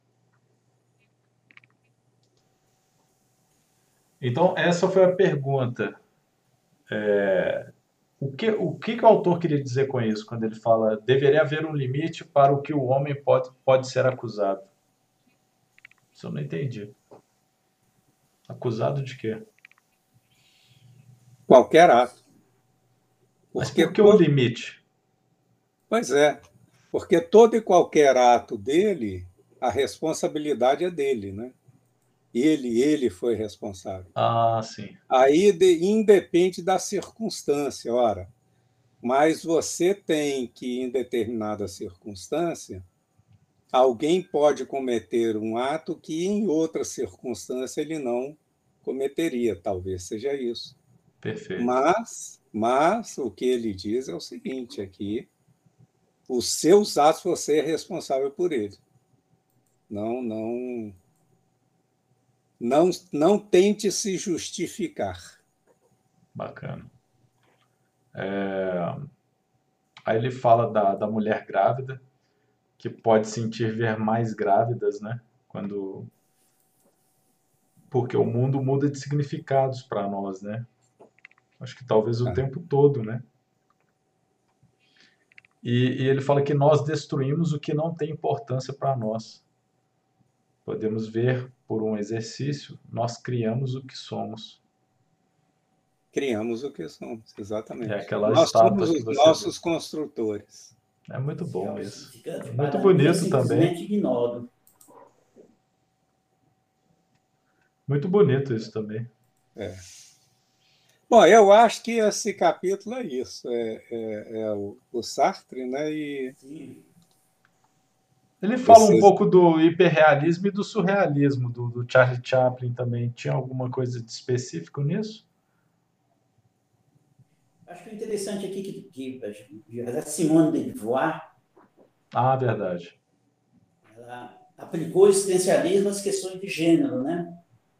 Então, essa foi a pergunta. É, o que, o que, que o autor queria dizer com isso, quando ele fala deveria haver um limite para o que o homem pode, pode ser acusado? Isso eu não entendi. Acusado de quê? Qualquer ato. Mas Porque por que o todo... limite? Pois é, porque todo e qualquer ato dele, a responsabilidade é dele, né? Ele, ele foi responsável. Ah, sim. Aí de, independe da circunstância, ora. Mas você tem que, em determinada circunstância, alguém pode cometer um ato que, em outra circunstância, ele não cometeria. Talvez seja isso. Perfeito. Mas, mas o que ele diz é o seguinte, aqui, os seus atos, você é responsável por eles. Não, não, não, não tente se justificar. Bacana. É... Aí ele fala da, da mulher grávida, que pode sentir ver mais grávidas, né? Quando... Porque o mundo muda de significados para nós, né? Acho que talvez o Tá? tempo todo, né? E, e ele fala que nós destruímos o que não tem importância para nós. Podemos ver por um exercício, nós criamos o que somos. Criamos o que somos, É exatamente. aquela Nós somos estátua que os você viu. nossos construtores. É muito bom O isso. significante Muito para mim, eu bonito também. simplesmente ignoro. Muito bonito isso também. É. Bom, eu acho que esse capítulo é isso. É, é, é o, o Sartre, né? E Sim. Ele fala um esses, pouco do hiperrealismo e do surrealismo, do, do Charlie Chaplin também. Tinha alguma coisa de específico nisso? Acho que o interessante aqui que, que a Simone de Beauvoir, Ah, verdade. ela aplicou o existencialismo às questões de gênero, né?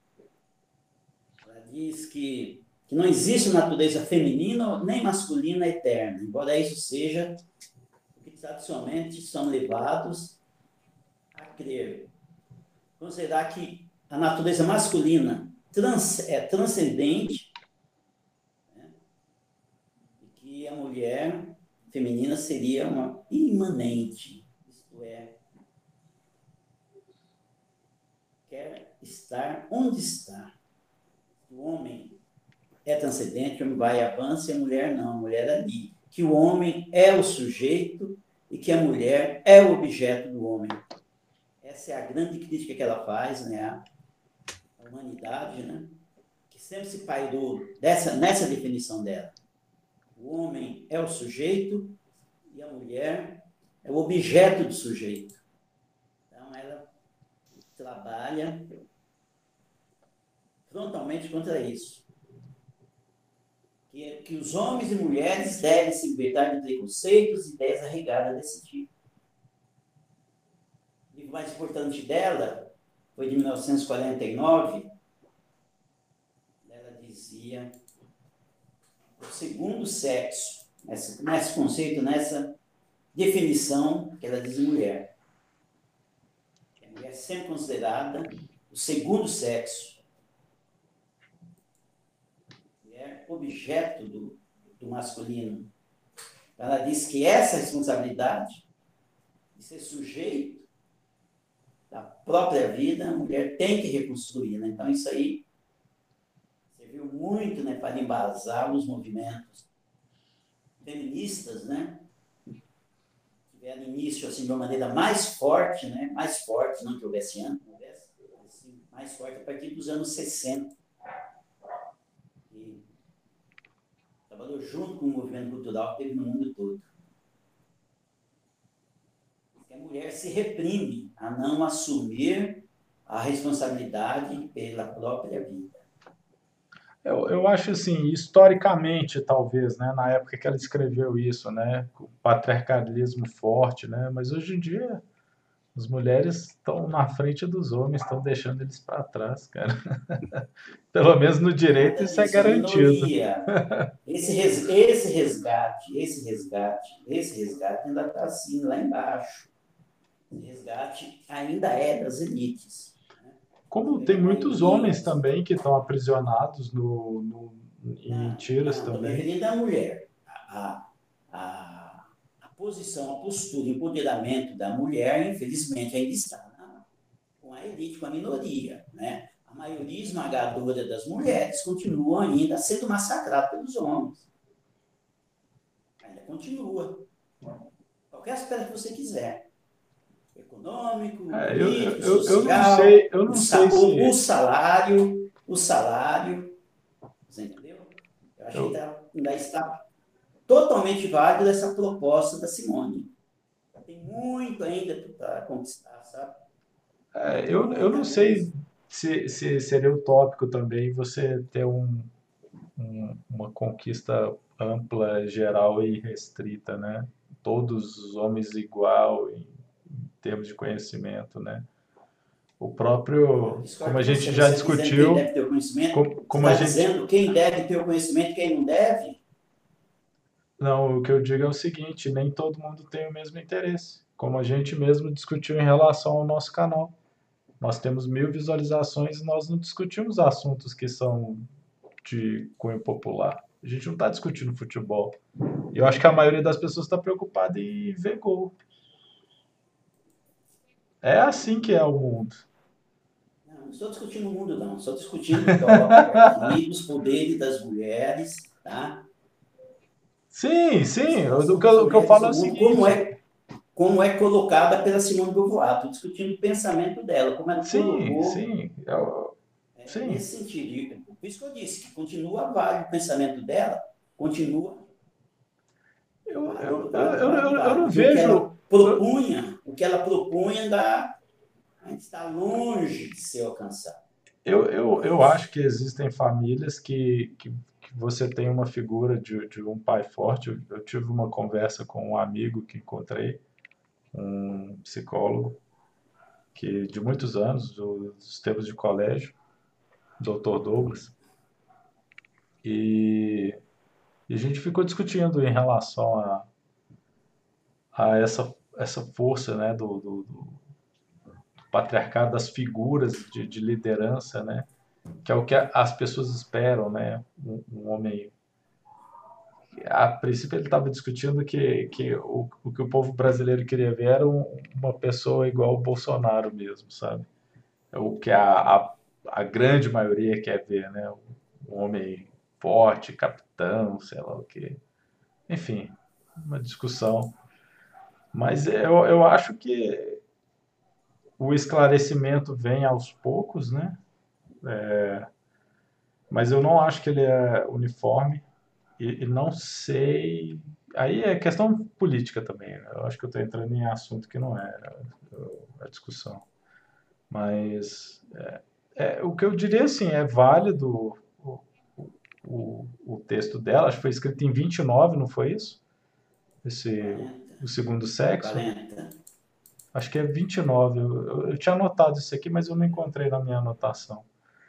Ela diz que, que não existe natureza feminina nem masculina eterna, embora isso seja o que tradicionalmente são levados a crer. Considerar que a natureza masculina trans, é transcendente, né? E que a mulher feminina seria uma imanente, isto é, quer estar onde está. O homem é transcendente, o homem vai e avança, e a mulher não, a mulher é ali. Que o homem é o sujeito e que a mulher é o objeto do homem. Essa é a grande crítica que ela faz, né, à humanidade, né, que sempre se pairou dessa, nessa definição dela. O homem é o sujeito e a mulher é o objeto do sujeito. Então, ela trabalha frontalmente contra isso. que, é, que os homens e mulheres devem se libertar de preconceitos e ideias arraigadas desse tipo. O livro mais importante dela foi de mil novecentos e quarenta e nove. Ela dizia: o segundo sexo, nesse, nesse conceito, nessa definição que ela diz de mulher. A mulher é sempre considerada o segundo sexo. É objeto do, do masculino. Ela diz que essa responsabilidade de ser sujeito da própria vida, a mulher tem que reconstruir. Né? Então, isso aí serviu muito, né, para embasar os movimentos feministas, né? Tiveram início assim, de uma maneira mais forte, né? mais forte, não que houvesse antes, houvesse, assim, mais forte a partir dos anos sessenta. E trabalhou junto com o movimento cultural que teve no mundo todo. A mulher se reprime a não assumir a responsabilidade pela própria vida. Eu, eu acho assim, historicamente, talvez, né, na época que ela escreveu isso, né, o patriarcalismo forte, né, mas hoje em dia as mulheres estão na frente dos homens, estão deixando eles para trás, cara. Pelo menos no direito Nada isso é disso, a garantido. minoria. Esse, res, esse resgate, esse resgate, esse resgate ainda está assim, lá embaixo. Esse resgate ainda é das elites. Como tem muitos homens também que estão aprisionados no, no, em Não, mentiras não, estou me também. referindo à mulher. A, a, a posição, a postura, o empoderamento da mulher, infelizmente, ainda está na, com a elite, com a minoria. Né? A maioria esmagadora das mulheres continua ainda sendo massacrada pelos homens. Ainda continua. Qualquer aspecto que você quiser. Econômico, É, eu, político, eu, eu não social, sei, eu o, não sei o, o se salário, o salário, você entendeu? Eu acho que eu, ainda, ainda está totalmente válida essa proposta da Simone. Tem muito ainda para conquistar, sabe? é, eu, eu Muita não sei coisa. se, se seria utópico também você ter um, um- uma conquista ampla, geral e restrita, né? Todos os homens igual em, em termos de conhecimento, né? O Eu próprio, discordo como a de você. gente Você já está dizendo quem discutiu, deve ter o conhecimento? como, Você como a está gente, dizendo quem deve ter o conhecimento e quem não deve? não, o que eu digo é o seguinte, nem todo mundo tem o mesmo interesse, como a gente mesmo discutiu em relação ao nosso canal. Nós temos mil visualizações e nós não discutimos assuntos que são de cunho popular. A gente não está discutindo futebol. E eu acho que a maioria das pessoas está preocupada em ver gol. É assim que é o mundo. Não, não estou discutindo o mundo, não. Estou discutindo o tópico aqui dos poderes das mulheres, tá? Sim, A sim. O situação que das eu, o que eu mulheres falo é no o mundo, como seguinte. é, como é colocada pela Simone de Beauvoir. Estou discutindo o pensamento dela, como ela Sim, colocou sim. Eu, é, sim. nesse sentido. E por isso que eu disse que continua válido o pensamento dela, continua Eu, válido, eu, eu, válido, eu, válido, eu, eu não válido. E o que ela vejo. eu- propunha, o que ela propunha da, ainda está longe de ser alcançado. Eu, eu, eu Longe. acho que existem famílias que, que, que você tem uma figura de, de um pai forte. Eu, eu tive uma conversa com um amigo que encontrei, um psicólogo, que de muitos anos, dos tempos de colégio, doutor Douglas, e, e a gente ficou discutindo em relação a, a essa, essa força, né, do, do, do patriarcado, das figuras de, de liderança, né, que é o que as pessoas esperam, né, um, um homem. A princípio ele estava discutindo que, que o, o que o povo brasileiro queria ver era um- uma pessoa igual o Bolsonaro mesmo, sabe? É o que a, a, a grande maioria quer ver, né? Um homem forte, capitão, sei lá o quê. Enfim, uma discussão. Mas eu, eu acho que o esclarecimento vem aos poucos, né? Mas eu não acho que ele é uniforme. E, e não sei. Aí é questão política também, né? Eu acho que eu estou entrando em assunto que não é, né, a discussão. Mas é, é, o que eu diria assim, é válido o, o, o texto dela, acho que foi escrito em vinte e nove, não foi isso? Esse, quarenta, o segundo sexo? quarenta. Acho que é vinte e nove. Eu, eu, eu tinha anotado isso aqui, mas eu não encontrei na minha anotação.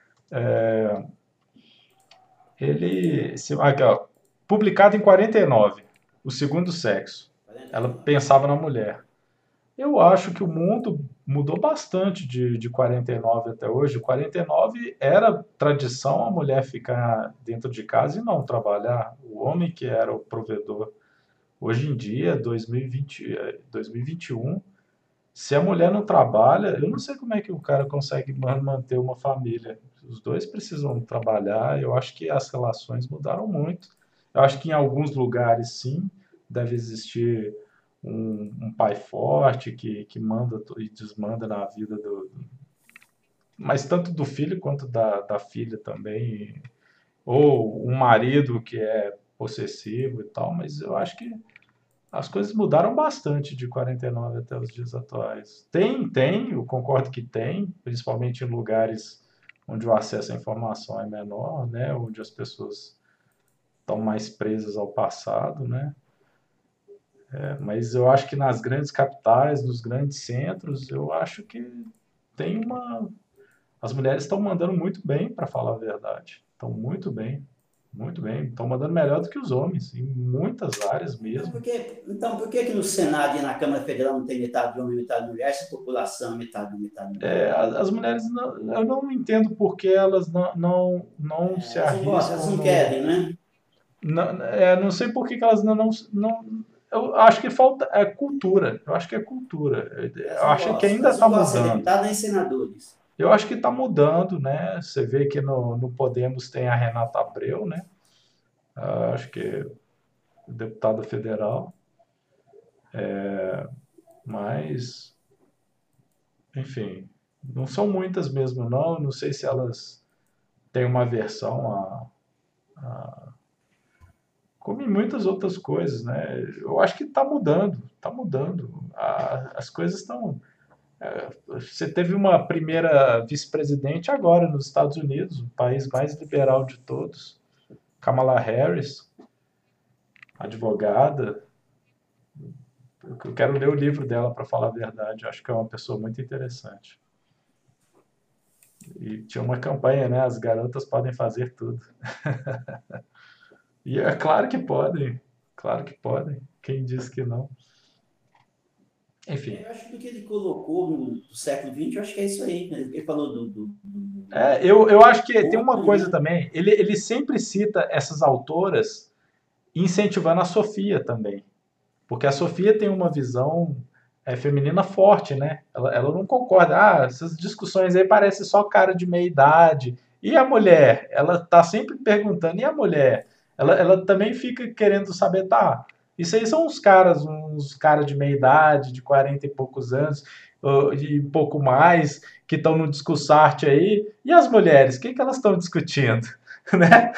Ele, se- aqui, ó, publicado em quarenta e nove, o segundo sexo. Ela quarenta e nove. pensava na mulher. Eu acho que o mundo mudou bastante de, de quarenta e nove até hoje. quarenta e nove era tradição a mulher ficar dentro de casa e não trabalhar. O homem que era o provedor. Hoje em dia, dois mil e vinte, eh, dois mil e vinte e um, se a mulher não trabalha, eu não sei como é que o cara consegue man- manter uma família. Os dois precisam trabalhar. Eu acho que as relações mudaram muito. Eu acho que em alguns lugares, sim, deve existir um, um pai forte que, que manda to- e desmanda na vida do, mas tanto do filho quanto da, da filha também. Ou um marido que é possessivo e tal. Mas eu acho que as coisas mudaram bastante de quarenta e nove até os dias atuais. Tem, tem, eu concordo que tem, principalmente em lugares onde o acesso à informação é menor, né, onde as pessoas estão mais presas ao passado, né? É, mas eu acho que nas grandes capitais, nos grandes centros, eu acho que tem uma. As mulheres estão mandando muito bem, para falar a verdade. Estão muito bem, muito bem. Estão mandando melhor do que os homens, em muitas áreas Então, mesmo. por que, então, por que que no Senado e na Câmara Federal não tem metade de homem e metade de mulher, se a população é metade de homem e metade de mulher? É, as mulheres, não, eu não entendo por que elas não, não, não É, se elas não gostam, elas arriscam não no. querem, né? Não, é, não sei por que que elas não, não, não. Eu acho que falta é cultura. Eu acho que é cultura. Elas Eu não acho que gostam. ainda Elas está não gostam de ser mudando. deputadas nem senadores. Eu acho que está mudando, né? Você vê que no, no Podemos tem a Renata Abreu, né? Ah, acho que é deputada federal. Mas, enfim, não são muitas mesmo, não. Não sei se elas têm uma aversão a, como em muitas outras coisas, né? Eu acho que está mudando, está mudando. A- as coisas estão. Você teve uma primeira vice-presidente agora nos Estados Unidos, o país mais liberal de todos, Kamala Harris, advogada. Eu quero ler o livro dela para falar a verdade. Eu acho que é uma pessoa muito interessante. E tinha uma campanha, né? As garotas podem fazer tudo. E é claro que podem, claro que podem. Quem disse que não? Enfim. Eu acho que do que ele colocou no, do século vinte, eu acho que é isso aí, né? Ele falou do, do, do, É, eu, eu acho que tem do uma homem, coisa né? também. Ele, ele sempre cita essas autoras incentivando a Sofia também. Porque a Sofia tem uma visão é, feminina forte, né? Ela, ela não concorda. Ah, essas discussões aí parecem só cara de meia idade. E a mulher? Ela tá sempre perguntando. E a mulher? Ela, ela também fica querendo saber, tá? Isso aí são uns caras, uns caras de meia idade, de quarenta e poucos anos, uh, e um pouco mais, que estão no discussarte aí. E as mulheres? O que, que elas estão discutindo? Né?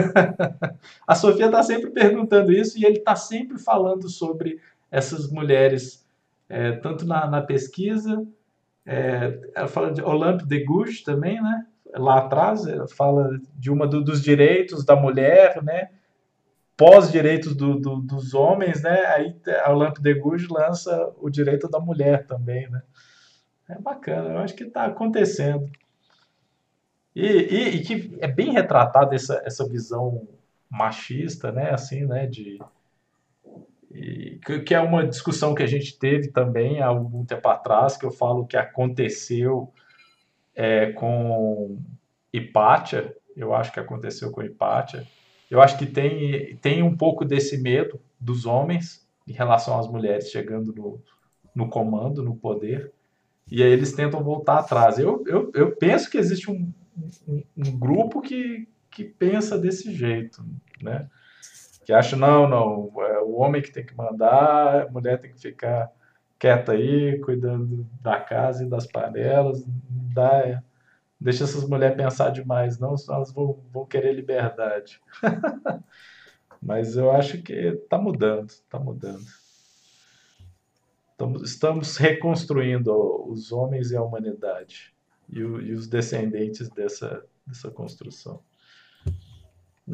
A Sofia está sempre perguntando isso e ele está sempre falando sobre essas mulheres, é, tanto na, na pesquisa, é, ela fala de Olympe de Gouges também, né? Lá atrás, ela fala de uma do, dos direitos da mulher, né? Pós-direitos do, do, dos homens, né? Aí a Olympe de Gouges lança o direito da mulher também, né? É bacana, eu acho que está acontecendo. E, e, e que é bem retratada essa, essa visão machista, né? Assim, né? De, e, que, que é uma discussão que a gente teve também há algum tempo atrás, que eu falo que aconteceu é, com Hipátia, eu acho que aconteceu com Hipátia. Eu acho que tem, tem um pouco desse medo dos homens em relação às mulheres chegando no, no comando, no poder, e aí eles tentam voltar atrás. Eu, eu, eu penso que existe um, um, um grupo que, que pensa desse jeito, né? Que acha, não, não, é o homem que tem que mandar, a mulher tem que ficar quieta aí, cuidando da casa e das panelas, dá, deixa essas mulheres pensar demais, não, senão elas vão, vão querer liberdade. Mas eu acho que está mudando, está mudando. Estamos, estamos reconstruindo os homens e a humanidade e, o, e os descendentes dessa, dessa construção.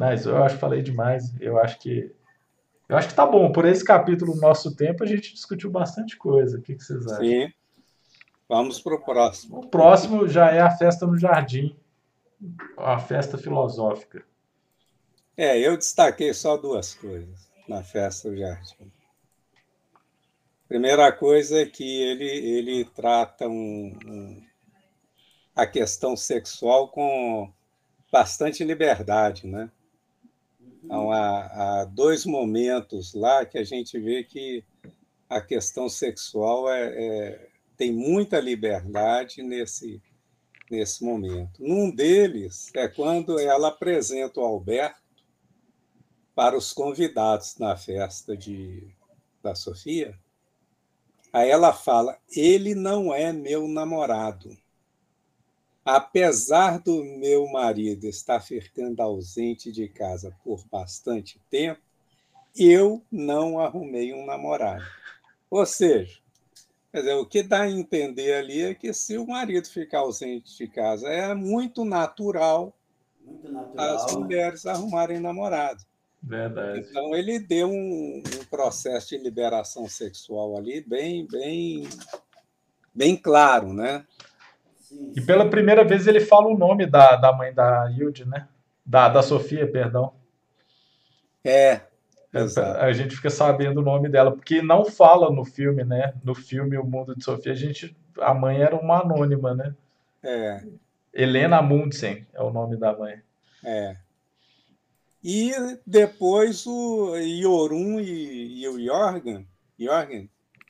Mas eu acho que falei demais. Eu acho que eu acho que tá bom. Por esse capítulo, no nosso tempo, a gente discutiu bastante coisa. O que que vocês acham? Sim, vamos para o próximo. O próximo já é a festa no jardim, a festa filosófica. É, eu destaquei só duas coisas na festa do jardim. Primeira coisa é que ele, ele trata um, um, a questão sexual com bastante liberdade, né? Então, há, há dois momentos lá que a gente vê que a questão sexual é, é, tem muita liberdade nesse, nesse momento. Num deles é quando ela apresenta o Alberto para os convidados na festa de, da Sofia. Aí ela fala, ele não é meu namorado. Apesar do meu marido estar ficando ausente de casa por bastante tempo, eu não arrumei um namorado. Ou seja, quer dizer, o que dá a entender ali é que se o marido ficar ausente de casa, é muito natural, Muito as natural. mulheres arrumarem namorado. Verdade. Então, ele deu um, um processo de liberação sexual ali bem, bem, bem claro, né? Sim, E sim. pela primeira vez ele fala o nome da, da mãe da Hilde, né? Da, da Sofia, perdão. É, É, exato. a gente fica sabendo o nome dela, porque não fala no filme, né? No filme O Mundo de Sofia, a gente, a mãe era uma anônima, né? É, Helena Amundsen é o nome da mãe. é. E depois o Yorun e, e o Jorgen, Jorgen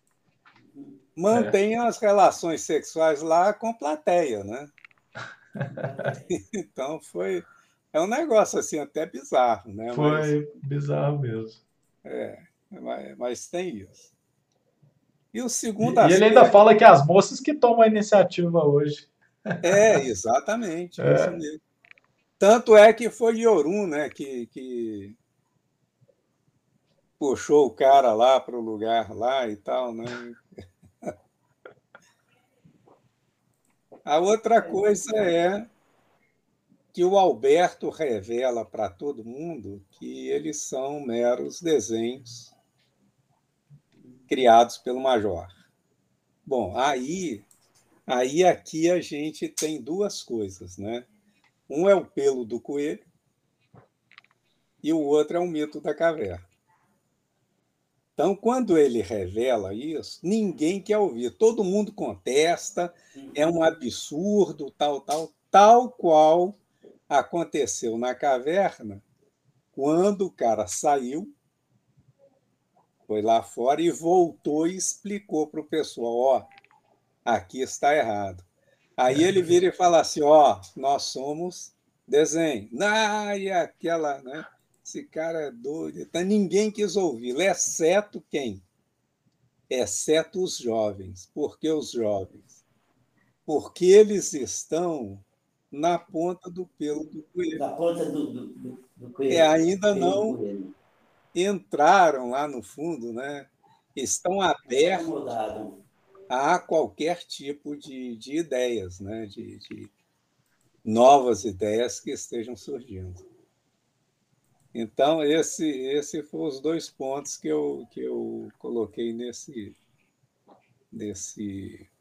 É. mantêm as relações sexuais lá com plateia, né? Então foi é um negócio assim até bizarro, né? Mas Foi bizarro mesmo. é, mas, mas tem isso. E o segundo E, e ele ainda aspecto fala que as moças que tomam a iniciativa hoje. é exatamente isso É, mesmo. Tanto é que foi Yorun, né, que, que puxou o cara lá para o lugar lá e tal, né? A outra coisa é que o Alberto revela para todo mundo que eles são meros desenhos criados pelo Major. Bom, aí, aí aqui a gente tem duas coisas, né? Um é o pelo do coelho e o outro é o mito da caverna. Então, quando ele revela isso, ninguém quer ouvir, todo mundo contesta, é um absurdo, tal, tal, tal qual aconteceu na caverna, quando o cara saiu, foi lá fora e voltou e explicou para o pessoal, ó, aqui está errado. Aí ele vira e fala assim, ó, nós somos desenho. Ah, e aquela, né? Esse cara é doido. Então, ninguém quis ouvi-lo, exceto quem? Exceto os jovens. Por que os jovens? Porque eles estão na ponta do pelo do coelho. Da ponta do, do, do, do É, coelho. ainda Pelo do não coelho. entraram lá no fundo, né? Estão Não se abertos acomodaram. a qualquer tipo de, de ideias, né? de, de novas ideias que estejam surgindo. Então, esse, esse foram os dois pontos que eu, que eu coloquei nesse, nesse,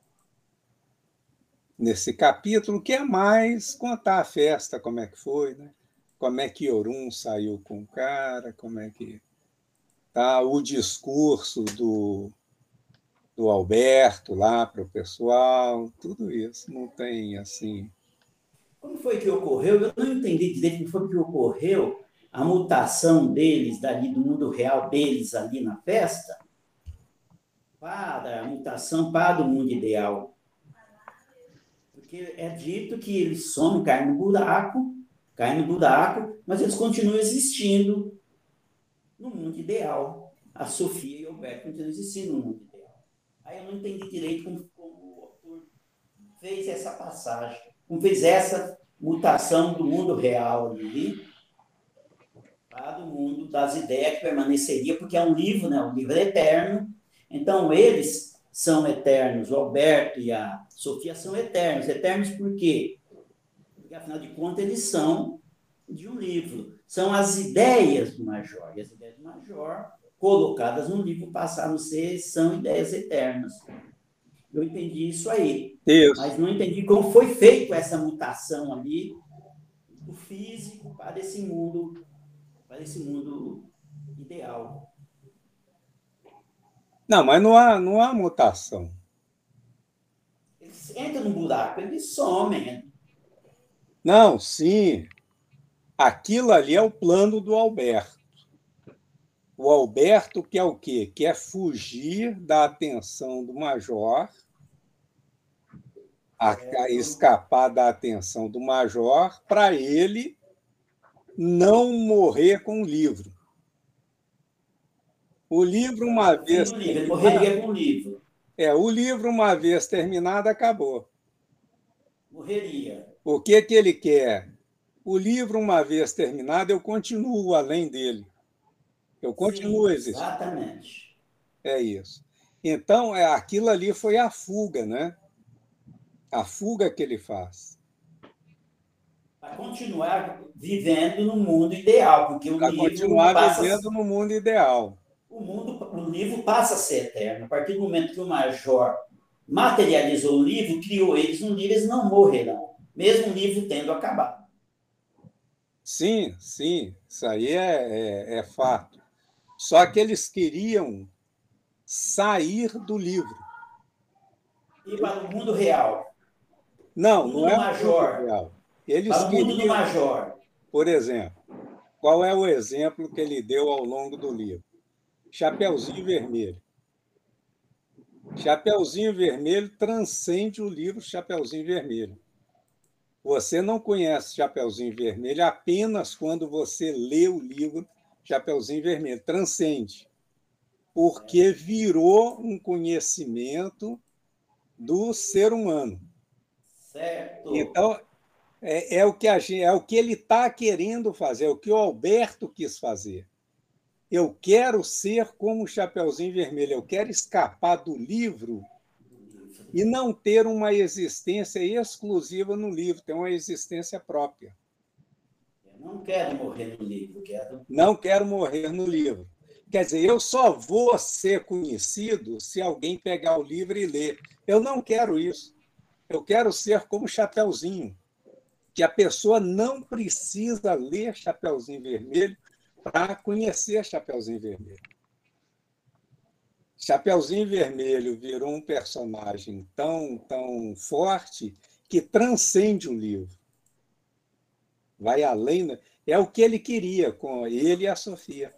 nesse capítulo, que é mais contar a festa, como é que foi, né? Como é que Yorun saiu com o cara, como é que tá o discurso do, do Alberto lá para o pessoal, tudo isso. Não tem assim. Como foi que ocorreu? Eu não entendi direito como foi que ocorreu a mutação deles, dali do mundo real deles ali na festa, para a mutação para o mundo ideal. Porque é dito que eles somem, caem no buraco, caem no buraco, mas eles continuam existindo no mundo ideal. A Sofia e o Alberto continuam existindo no mundo ideal. Aí eu não entendi direito como, como o autor fez essa passagem, como fez essa mutação do mundo real ali para o mundo das ideias que permaneceria, porque é um livro, né? Um livro eterno. Então, eles são eternos, o Alberto e a Sofia são eternos. Eternos por quê? Porque, afinal de contas, eles são de um livro. São as ideias do Major. E as ideias do Major, colocadas no livro, passaram a ser, são ideias eternas. Eu entendi isso aí. Isso. Mas não entendi como foi feita essa mutação ali do físico para esse mundo, para esse mundo ideal. Não, mas não há, não há mutação. Eles entram no buraco, eles somem. Não, sim. Aquilo ali é o plano do Alberto. O Alberto quer o quê? Quer fugir da atenção do Major, a, a escapar da atenção do Major, para ele não morrer com o livro. O livro, uma vez. Livro, ele morreria com o livro. É, o livro, uma vez terminado, acabou. Morreria. O que, que ele quer? O livro, uma vez terminado, eu continuo além dele. Eu continuo Sim, existindo. exatamente. É isso. Então, é, aquilo ali foi a fuga, né? A fuga que ele faz. Para continuar vivendo no mundo ideal, porque o Para livro continuar passa... vivendo no mundo ideal. O, mundo, o livro passa a ser eterno. A partir do momento que o Major materializou o livro, criou eles no livro, eles não morrerão, mesmo o livro tendo acabado. Sim, sim, isso aí é, é, é fato. Só que eles queriam sair do livro. E para o mundo real? Não, o mundo não é Major, o mundo real. Eles para o mundo queriam, do Major. Por exemplo, qual é o exemplo que ele deu ao longo do livro? Chapeuzinho Vermelho. Chapeuzinho Vermelho transcende o livro Chapeuzinho Vermelho. Você não conhece Chapeuzinho Vermelho apenas quando você lê o livro Chapeuzinho Vermelho. Transcende. Porque virou um conhecimento do ser humano. Certo. Então, é, é, o, que a gente, é o que ele está querendo fazer, é o que o Alberto quis fazer. Eu quero ser como o Chapeuzinho Vermelho, eu quero escapar do livro e não ter uma existência exclusiva no livro, ter uma existência própria. Eu não quero morrer no livro, quero... Não quero morrer no livro. Quer dizer, eu só vou ser conhecido se alguém pegar o livro e ler. Eu não quero isso. Eu quero ser como Chapeuzinho, que a pessoa não precisa ler Chapeuzinho Vermelho para conhecer Chapeuzinho Vermelho. Chapeuzinho Vermelho virou um personagem tão, tão forte que transcende o livro. Vai além. É o que ele queria com ele e a Sofia.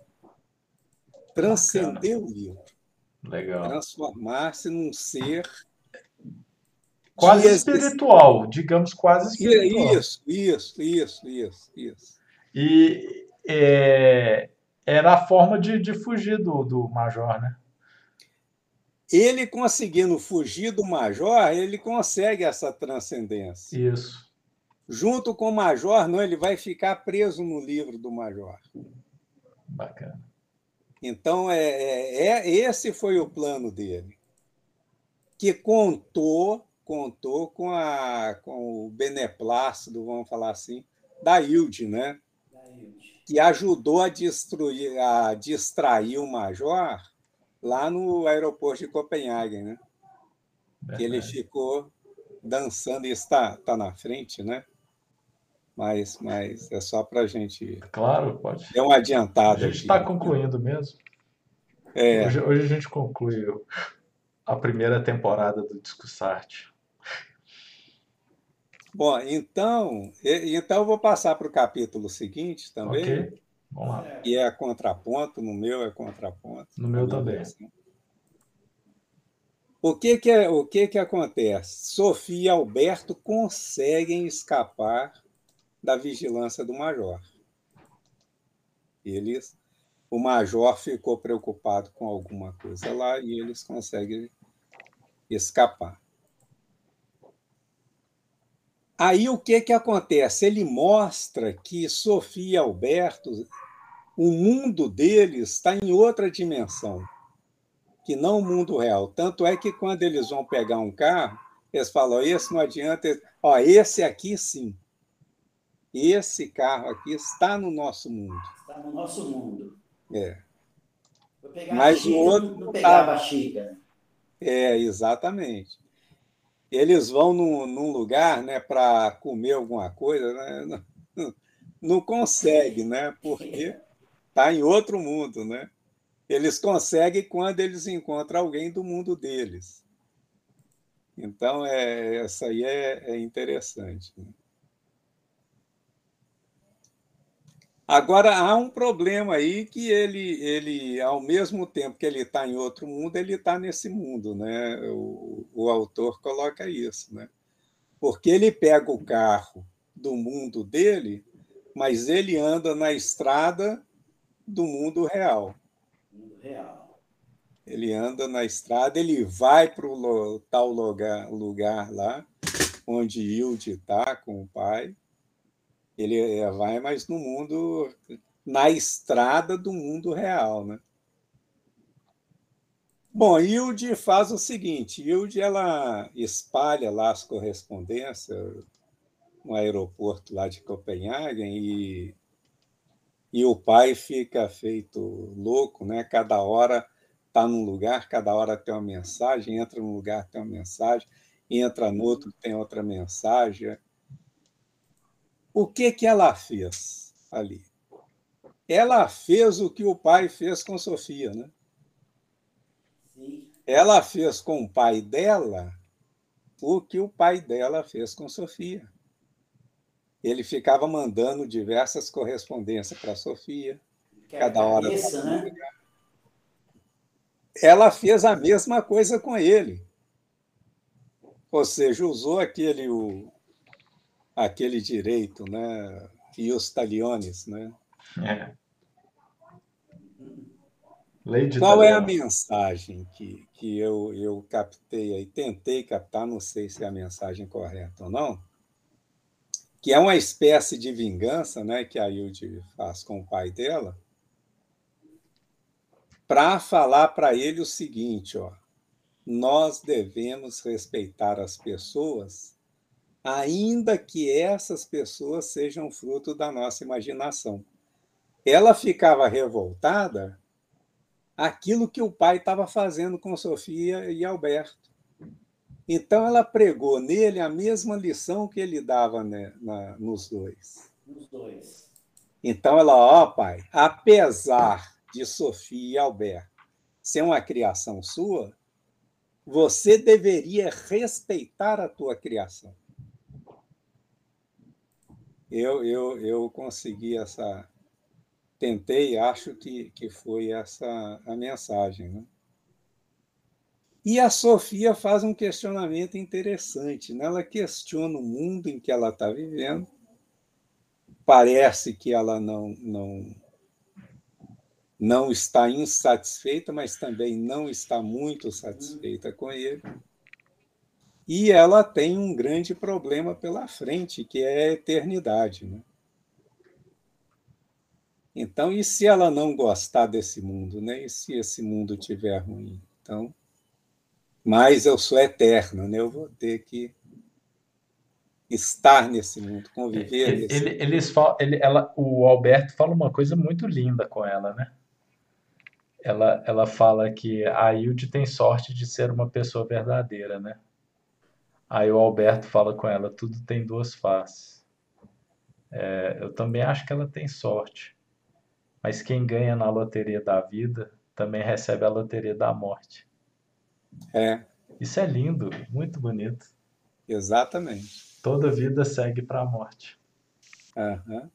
Transcender Bacana. o livro. Legal. Transformar-se num ser quase espiritual, digamos quase espiritual. Isso, isso, isso, isso, isso. E é, era a forma de, de fugir do, do Major, né? Ele conseguindo fugir do Major, ele consegue essa transcendência. Isso. Junto com o Major, não, ele vai ficar preso no livro do Major. Bacana. Então, é, é, é, esse foi o plano dele, que contou, contou com, a, com o beneplácito, vamos falar assim, da Hilde, né? Que ajudou a, destruir, a distrair o Major lá no aeroporto de Copenhague, né? Verdade. Que ele ficou dançando, e está tá na frente, né? Mas, mas é só para a gente... Claro, pode. Deu uma adiantada. A gente está concluindo mesmo. É. Hoje, hoje a gente conclui a primeira temporada do Discussarte. Bom, então, então eu vou passar para o capítulo seguinte também. Ok, vamos lá. Que é contraponto, no meu é contraponto. No meu também. Versão. O que que, é, o que que acontece? Sofia e Alberto conseguem escapar da vigilância do Major. Eles, o Major ficou preocupado com alguma coisa lá e eles conseguem escapar. Aí o que que acontece? Ele mostra que Sofia e Alberto, o mundo deles está em outra dimensão, que não o mundo real. Tanto é que quando eles vão pegar um carro, eles falam, esse não adianta, ó, esse aqui sim. esse carro aqui está no nosso mundo. Está no nosso mundo. É. Vou pegar a Mas o xícara, outro não, não não pegava tá. a xícara. É, exatamente. Eles vão num, num lugar, né, para comer alguma coisa, né? Não, não consegue, né? Porque está em outro mundo, né? Eles conseguem quando eles encontram alguém do mundo deles. Então, é, essa aí é, é interessante, né? Agora, há um problema aí que ele, ele ao mesmo tempo que ele está em outro mundo, ele está nesse mundo, né? O, o autor coloca isso, né? Porque ele pega o carro do mundo dele, mas ele anda na estrada do mundo real. Mundo real. Ele anda na estrada, ele vai para o tal lugar, lugar lá, onde Hilde está com o pai. Ele vai, mas no mundo, na estrada do mundo real, né? Bom, Hilde faz o seguinte, Hilde ela espalha lá as correspondências no aeroporto lá de Copenhague e, e o pai fica feito louco, né? Cada hora está num lugar, cada hora tem uma mensagem, entra num lugar, tem uma mensagem, entra no outro, tem outra mensagem. O que que ela fez ali? Ela fez o que o pai fez com Sofia, né? Sim. Ela fez com o pai dela o que o pai dela fez com Sofia. Ele ficava mandando diversas correspondências para Sofia, cada hora estava Quebra-cabeça, num né? lugar. Ela fez a mesma coisa com ele. Ou seja, usou aquele, o, aquele direito, né? Ius talionis, né? É. Lei de Qual é a Italião. mensagem que, que eu, eu captei aí? Tentei captar, não sei se é a mensagem correta ou não, que é uma espécie de vingança, né, que a Hilde faz com o pai dela, para falar para ele o seguinte, ó, nós devemos respeitar as pessoas, ainda que essas pessoas sejam fruto da nossa imaginação. Ela ficava revoltada aquilo que o pai estava fazendo com Sofia e Alberto. Então ela pregou nele a mesma lição que ele dava, né, na, nos dois. Nos dois. Então ela, ó, pai, apesar de Sofia e Alberto ser uma criação sua, você deveria respeitar a tua criação. Eu, eu, eu consegui essa. Tentei, acho que, que foi essa a mensagem, né? E a Sofia faz um questionamento interessante, né? Ela questiona o mundo em que ela está vivendo. Parece que ela não, não, não está insatisfeita, mas também não está muito satisfeita com ele. E ela tem um grande problema pela frente, que é a eternidade, né? Então, e se ela não gostar desse mundo, né? E se esse mundo estiver ruim? Então, mas eu sou eterno, né? Eu vou ter que estar nesse mundo, conviver Ele, nesse ele, mundo. eles falam, ele, ela, o Alberto fala uma coisa muito linda com ela, né? Ela, ela fala que a Hilde tem sorte de ser uma pessoa verdadeira, né? Aí o Alberto fala com ela, tudo tem duas faces. É, eu também acho que ela tem sorte, mas quem ganha na loteria da vida também recebe a loteria da morte. É, Isso é lindo, muito bonito. exatamente. Toda vida segue para a morte. Uhum.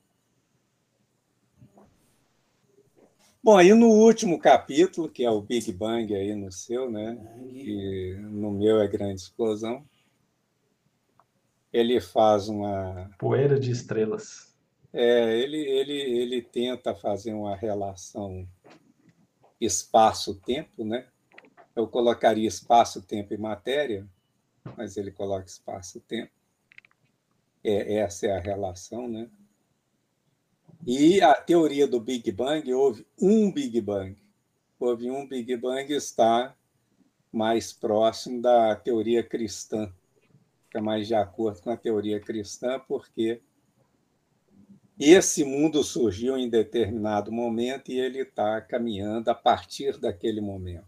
Bom, aí no último capítulo, que é o Big Bang aí no seu, né? E no meu é Grande Explosão, ele faz uma. Poeira de estrelas. É, ele, ele, ele tenta fazer uma relação espaço-tempo, né? Eu colocaria espaço, tempo e matéria, mas ele coloca espaço-tempo. É, essa é a relação, né? E a teoria do Big Bang, houve um Big Bang. Houve um Big Bang, está mais próximo da teoria cristã, fica mais de acordo com a teoria cristã, porque esse mundo surgiu em determinado momento e ele está caminhando a partir daquele momento.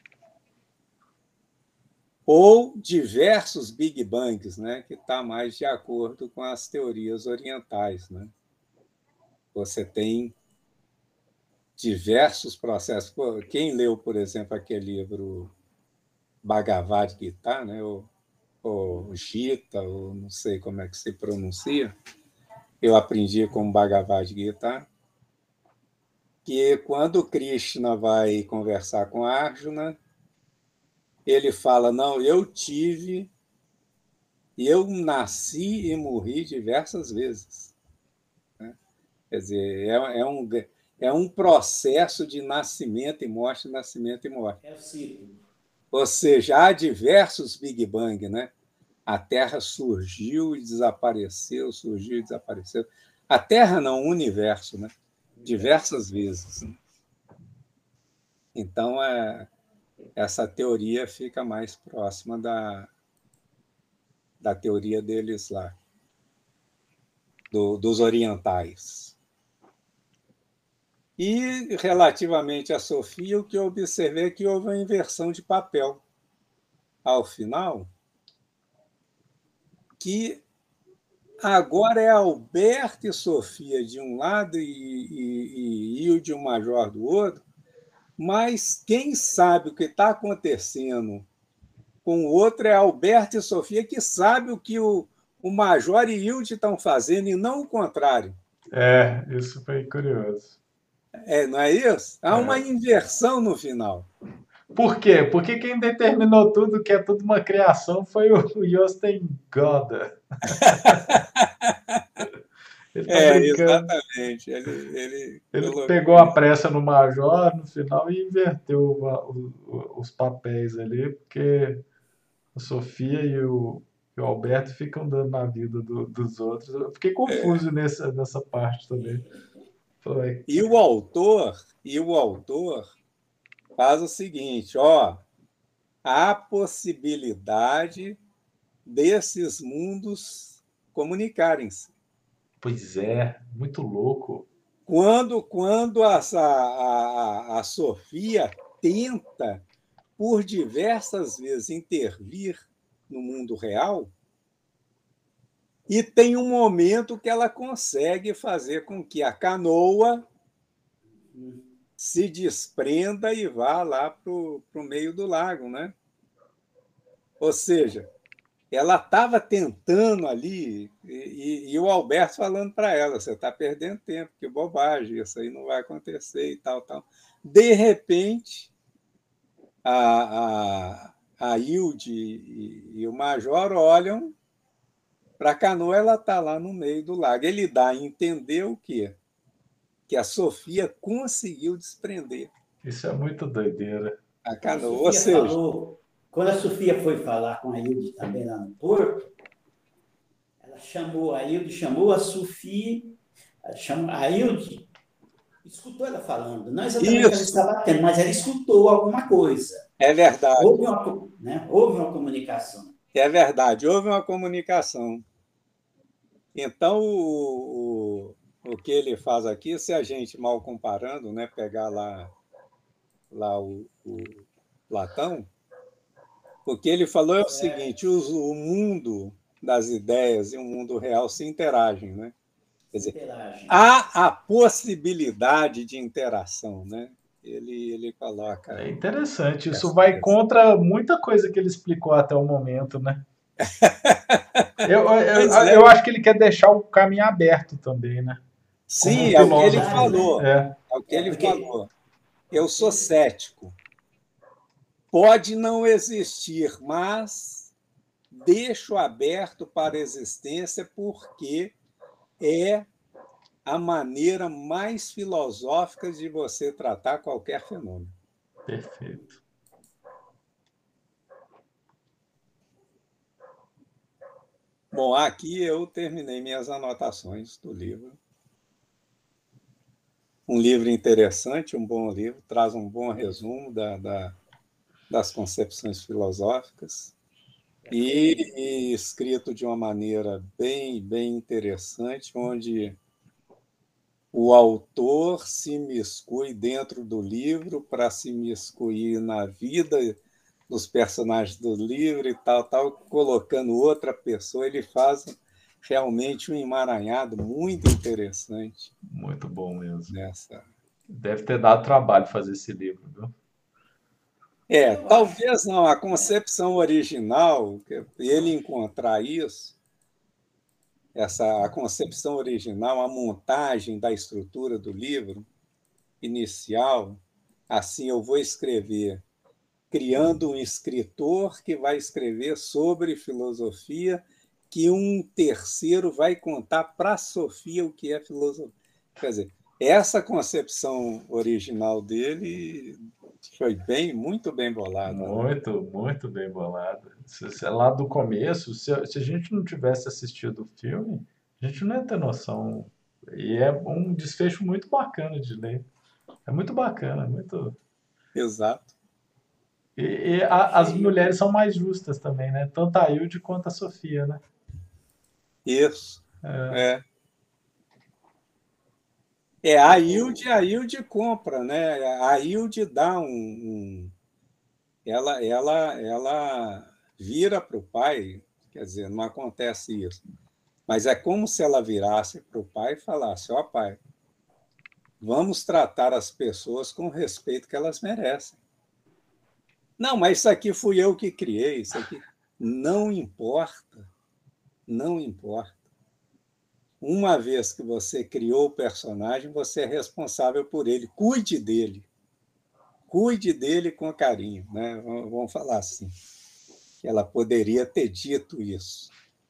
Ou diversos Big Bangs, né, que está mais de acordo com as teorias orientais, né? Você tem diversos processos. Pô, quem leu, por exemplo, aquele livro Bhagavad Gita, né, ou, ou Gita, ou não sei como é que se pronuncia, eu aprendi com Bhagavad Gita, que quando Krishna vai conversar com Arjuna, ele fala, não, eu tive, eu nasci e morri diversas vezes. Né? Quer dizer, é, é, um, é um processo de nascimento e morte, nascimento e morte. É o ciclo. Ou seja, há diversos Big Bang, né? A Terra surgiu e desapareceu, surgiu e desapareceu. A Terra não, o universo, né? Diversas vezes. Então, é, essa teoria fica mais próxima da, da teoria deles lá, do, dos orientais. E, relativamente a Sofia, o que eu observei é que houve uma inversão de papel. Ao final, que agora é Alberto e Sofia de um lado e, e, e Hilde e o Major do outro, mas quem sabe o que está acontecendo com o outro é Alberto e Sofia, que sabe o que o, o Major e Hilde estão fazendo, e não o contrário. É, isso foi curioso. É, não é isso? Há uma É. inversão no final. Por quê? Porque quem determinou tudo, que é tudo uma criação, foi o Jostein Gauda. Ele tá É, brincando. exatamente. Ele, ele, Ele colocou... pegou a pressa no Major no final e inverteu o, o, os papéis ali, porque a Sofia e o, e o Alberto ficam dando na vida do, dos outros. Eu fiquei confuso é. nessa, nessa parte também. Falei, E o autor, e o autor faz o seguinte, ó, há possibilidade desses mundos comunicarem-se. pois é, muito louco. Quando, quando a, a, a Sofia tenta, por diversas vezes, intervir no mundo real, e tem um momento que ela consegue fazer com que a canoa se desprenda e vá lá para o meio do lago, né? Ou seja, ela estava tentando ali, e, e, e o Alberto falando para ela, você está perdendo tempo, que bobagem, isso aí não vai acontecer e tal, tal. De repente, a, a, a Hilde e, e o Major olham para a canoa, ela está lá no meio do lago. Ele dá a entender o quê? Que a Sofia conseguiu desprender Isso é muito doideira. a Quando a canoa. Ou Sofia seja, falou, quando a Sofia foi falar com a Hilde também lá no Porto, ela chamou, a Hilde chamou a Sofia, chamou, a Hilde escutou ela falando, não exatamente o que ela isso estava tendo, mas ela escutou alguma coisa. é verdade, Houve uma, né, houve uma comunicação. é verdade. Houve uma comunicação. Então, o, o, o que ele faz aqui, se a gente, mal comparando, né, pegar lá, lá o, o Platão, o que ele falou é o seguinte, o, o mundo das ideias e o mundo real se interagem, né? Quer dizer, Interagem. há a possibilidade de interação, né? Ele, ele coloca... É interessante. Isso essa vai questão. contra muita coisa que ele explicou até o momento, né? Eu, eu, Pois é. eu acho que ele quer deixar o caminho aberto também, né? Como um Sim, é o que ele filósofo. falou. É. É o que É, ele porque falou. Eu sou cético. Pode não existir, mas deixo aberto para a existência porque é a maneira mais filosófica de você tratar qualquer fenômeno. Perfeito. Bom, aqui eu terminei minhas anotações do livro. Um livro interessante, um bom livro, traz um bom resumo da, da, das concepções filosóficas e, e escrito de uma maneira bem, bem interessante, onde o autor se imiscui dentro do livro para se imiscuir na vida dos personagens do livro e tal, tal, colocando outra pessoa, ele faz realmente um emaranhado muito interessante. Muito bom mesmo. Nessa. Deve ter dado trabalho fazer esse livro, viu? É, talvez não, a concepção original, ele encontrar isso, essa a concepção original, a montagem da estrutura do livro inicial, assim eu vou escrever, criando um escritor que vai escrever sobre filosofia, que um terceiro vai contar para a Sofia o que é filosofia. Quer dizer, essa concepção original dele foi bem, muito bem bolada. Muito, muito bem bolada. Se, se, lá do começo, se, se a gente não tivesse assistido o filme, a gente não ia ter noção. E é um desfecho muito bacana de ler. É muito bacana, muito. Exato. E, e a, as mulheres são mais justas também, né? Tanto a Hilde quanto a Sofia, né? Isso. É. É. É, a Hilde, a Hilde compra, né? A Hilde dá um, um ela, ela, ela vira para o pai, quer dizer, não acontece isso, mas é como se ela virasse para o pai e falasse: ó, oh, pai, vamos tratar as pessoas com o respeito que elas merecem. Não, mas isso aqui fui eu que criei, isso aqui não importa, não importa. Uma vez que você criou o personagem, você é responsável por ele, cuide dele. Cuide dele com carinho, né? Vamos falar assim. Ela poderia ter dito isso.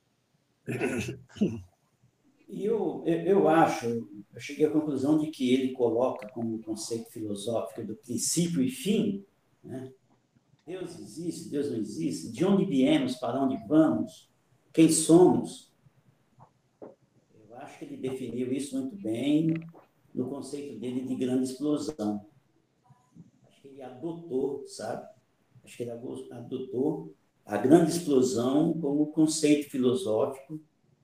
E eu, eu, eu acho, eu cheguei à conclusão de que ele coloca como conceito filosófico do princípio e fim, né? Deus existe, Deus não existe, de onde viemos, para onde vamos, quem somos. Eu acho que ele definiu isso muito bem no conceito dele de grande explosão. Acho que ele adotou, sabe? Acho que ele adotou a grande explosão como conceito filosófico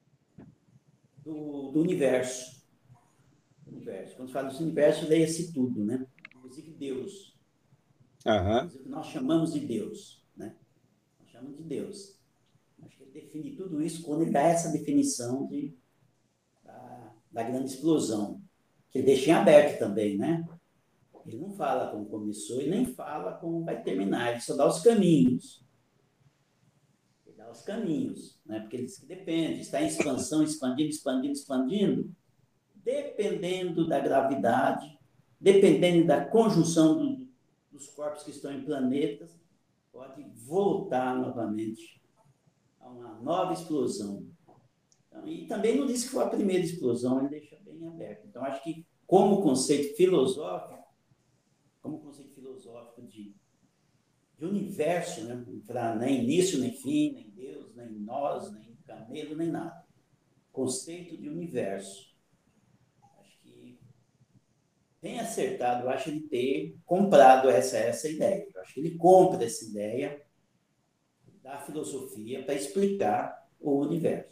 do, do universo. Do universo. Quando se fala do universo, leia-se tudo, né? Inclusive Deus. Uhum. Inclusive o que nós chamamos de Deus, né? Nós chamamos de Deus. Acho que ele define tudo isso quando ele dá essa definição de, da, da grande explosão, que ele deixa em aberto também, né? Ele não fala como começou e nem fala como vai terminar, ele só dá os caminhos. Ele dá os caminhos, né? Porque ele diz que depende, está em expansão, expandindo, expandindo, expandindo, dependendo da gravidade, dependendo da conjunção do, dos corpos que estão em planetas, pode voltar novamente a uma nova explosão. Então, e também não diz que foi a primeira explosão, ele deixa bem aberto. Então, acho que como conceito filosófico, como conceito filosófico de, de universo, né? Para nem início, nem fim, nem Deus, nem nós, nem camelo, nem nada. Conceito de universo. Acho que bem acertado, eu acho ele ter comprado essa, essa ideia. Eu acho que ele compra essa ideia da filosofia para explicar o universo.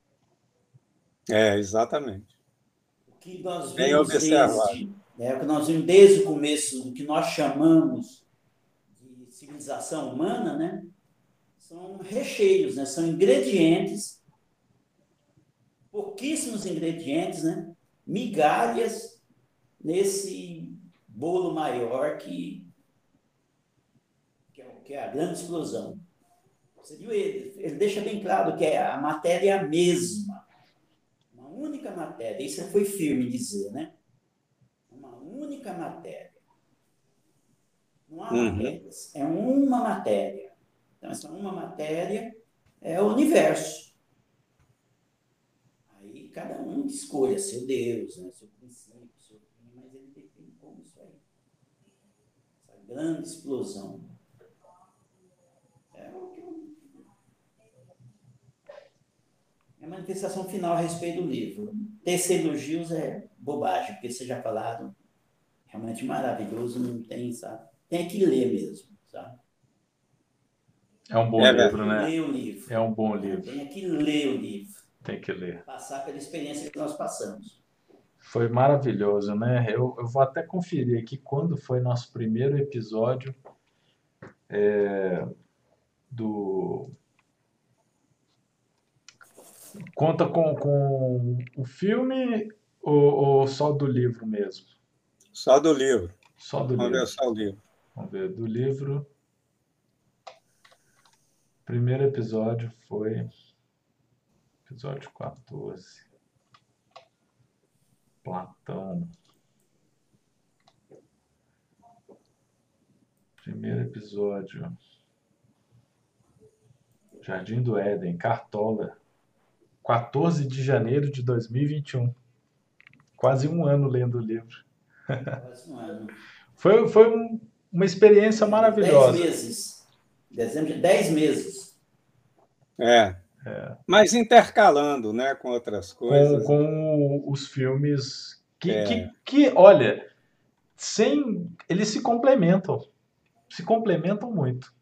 É, exatamente. O que nós Bem vimos desde, né, o que nós vimos desde o começo, do que nós chamamos de civilização humana, né, são recheios, né, são ingredientes, pouquíssimos ingredientes, né, migalhas nesse bolo maior que, que, é, que é a grande explosão. Você viu ele? Ele deixa bem claro que a matéria é a mesma. Uma única matéria. Isso foi firme dizer, né? Uma única matéria. Não há uhum. matérias. É uma matéria. Então, essa uma matéria é o universo. Aí cada um escolha seu Deus, né? Seu princípio, seu fim, mas ele define como isso aí. Essa grande explosão. É o que eu... É a manifestação final a respeito do livro. Tecer elogios é bobagem, porque vocês já falaram, realmente maravilhoso, não tem, sabe? Tem que ler mesmo, sabe? É um bom É livro, tem que né? ler o livro. É um bom livro. Tem que ler o livro. Tem que ler. Passar pela experiência que nós passamos. Foi maravilhoso, né? Eu, eu vou até conferir aqui quando foi nosso primeiro episódio do. Conta com, com o filme ou, ou só do livro mesmo? Só do livro. Só do Vamos ver livro. só o livro. Vamos ver, do livro. Primeiro episódio foi episódio quatorze. Platão. Primeiro episódio. Jardim do Éden, Cartola. quatorze de janeiro de dois mil e vinte e um. Quase um ano lendo o livro. Quase um ano. Foi, foi um- uma experiência Dez maravilhosa. meses. Dezembro de dez meses. É. Mas intercalando, né, com outras Com, coisas. com os filmes que, É. que, que, olha, sem, eles se complementam. Se complementam muito.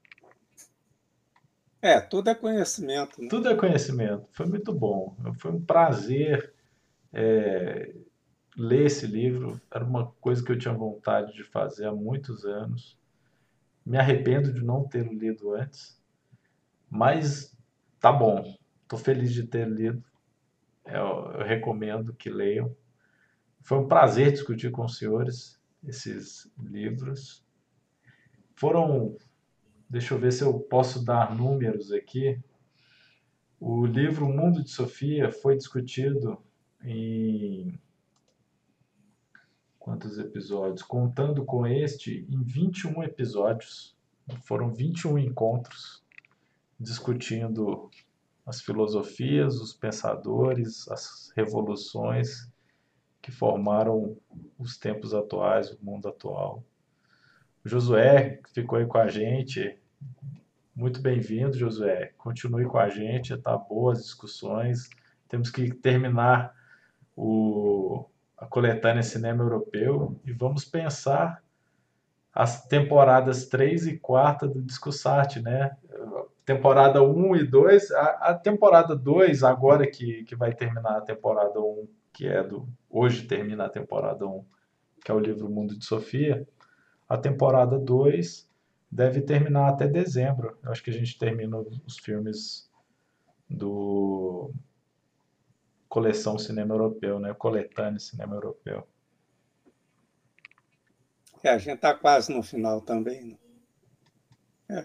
É, tudo é conhecimento, né? Tudo é conhecimento. Foi muito bom. Foi um prazer é, ler esse livro. Era uma coisa que eu tinha vontade de fazer há muitos anos. Me arrependo de não ter lido antes. Mas tá bom. Estou feliz de ter lido. Eu, eu recomendo que leiam. Foi um prazer discutir com os senhores esses livros. Foram, deixa eu ver se eu posso dar números aqui. O livro O Mundo de Sofia foi discutido em quantos episódios? Contando com este, em vinte e um episódios. Foram vinte e um encontros discutindo as filosofias, os pensadores, as revoluções que formaram os tempos atuais, o mundo atual. O Josué, que ficou aí com a gente, muito bem-vindo, Josué. Continue com a gente, tá boas discussões. Temos que terminar o, a coletânea Cinema Europeu e vamos pensar as temporadas três e quatro do Discussarte, né? Temporada um e dois, a, a temporada dois, agora que, que vai terminar a temporada um, que é do. Hoje termina a temporada um, que é o livro Mundo de Sofia. A temporada dois deve terminar até dezembro. Eu acho que a gente termina os filmes do Coleção Cinema Europeu, né? Coletânea Cinema Europeu. É, a gente está quase no final também, né? É.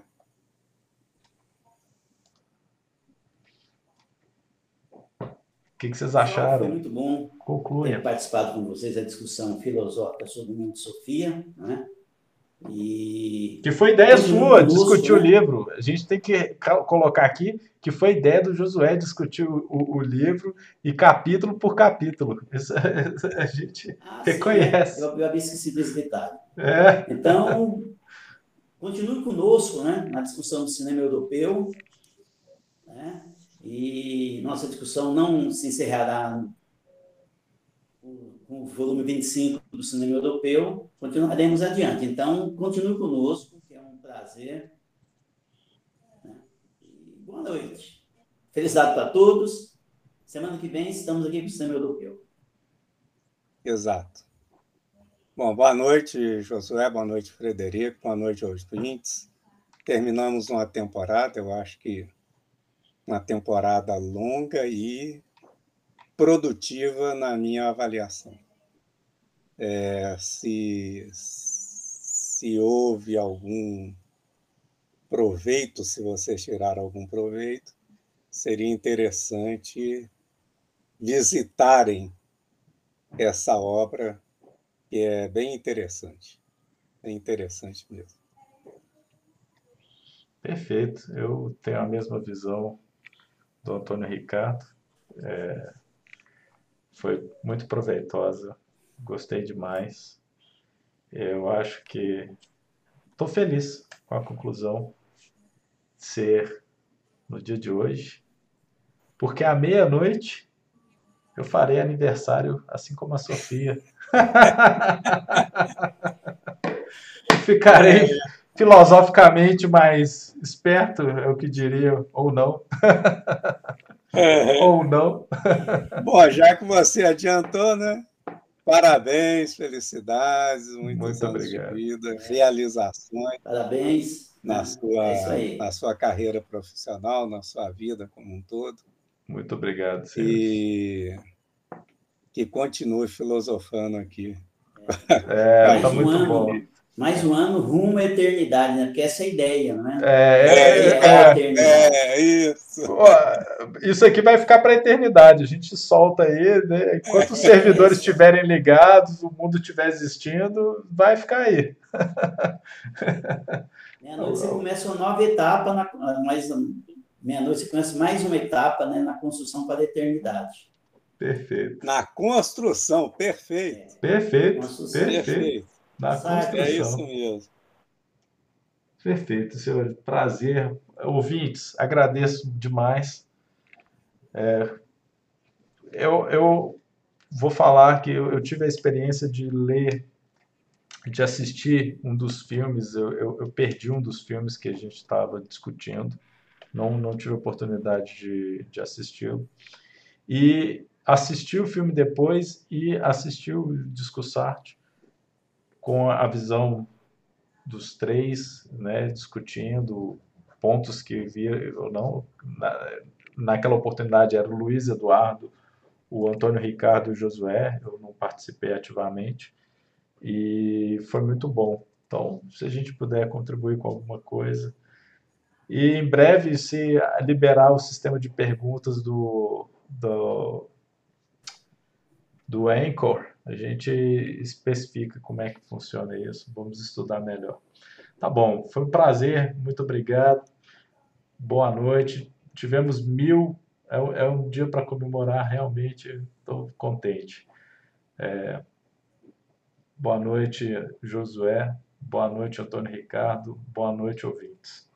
O que, que vocês Pessoal, acharam? foi muito bom ter Concluem. participado com vocês da discussão filosófica sobre o mundo de Sofia, né? E Que foi ideia continue sua conosco, discutir o né? livro. A gente tem que ca- colocar aqui que foi ideia do Josué discutir o, o- o livro e capítulo por capítulo. Isso, a gente Ah, sim, né? reconhece. Eu, eu havia esquecido desse detalhe. É, Então, continue conosco, né, na discussão do cinema europeu, né? E nossa discussão não se encerrará com com o volume vinte e cinco do cinema europeu, continuaremos adiante. Então, continue conosco, que é um prazer, né? E boa noite. Felicidade para todos. Semana que vem estamos aqui com o cinema europeu. Exato. Bom, boa noite, Josué, boa noite, Frederico, boa noite aos ouvintes. Terminamos uma temporada, eu acho que uma temporada longa e produtiva na minha avaliação. É, se, se houve algum proveito, se vocês tiraram algum proveito, seria interessante visitarem essa obra, que é bem interessante. É interessante mesmo. perfeito. Eu tenho a mesma visão do Antônio Ricardo. É, foi muito proveitosa. Gostei demais. Eu acho que estou feliz com a conclusão de ser no dia de hoje, porque à meia-noite eu farei aniversário, assim como a Sofia. Ficarei filosoficamente mais esperto, é o que diria, ou não. ou não. Bom, já que você adiantou, né? Parabéns, felicidades, muitos Muito anos de obrigado. vida, realizações Parabéns, na né? É isso sua, na aí. sua carreira profissional, na sua vida como um todo, Muito obrigado, senhores. e que continue filosofando aqui com É, a tá Mais um gente. muito ano, bom. mais um ano rumo à eternidade, né? Porque essa é a ideia, não é? O que É, que é, é a é, eternidade? É, isso. Pô, isso aqui vai ficar para a eternidade. A gente solta aí, né? Enquanto os É servidores isso. estiverem ligados, o mundo estiver existindo, vai ficar aí. Meia-noite você começa uma nova etapa, na, mais, meia-noite você começa mais uma etapa, né, na construção para a eternidade. Perfeito. Na construção, perfeito. Perfeito. Construção. Perfeito. Perfeito. Na Sartre. É isso construção. mesmo. Perfeito, senhor. Prazer. Ouvintes, agradeço demais. Eu, eu vou falar que eu, eu tive a experiência de ler, de assistir um dos filmes. Eu, eu, eu perdi um dos filmes que a gente estava discutindo. Não, não tive a oportunidade de, de assisti-lo. E assisti o filme depois e assisti o Discussarte com a visão dos três, né, discutindo pontos que via ou não. Na, naquela oportunidade era o Luiz Eduardo, o Antônio Ricardo e o Josué, eu não participei ativamente, e foi muito bom. Então, se a gente puder contribuir com alguma coisa. E em breve, se liberar o sistema de perguntas do, do, do Anchor, a gente especifica como é que funciona isso. Vamos estudar melhor. Tá bom, foi um prazer, muito obrigado. Boa noite. Tivemos mil, é, é um dia para comemorar, realmente estou contente. É, boa noite, Josué. Boa noite, Antônio Ricardo. Boa noite, ouvintes.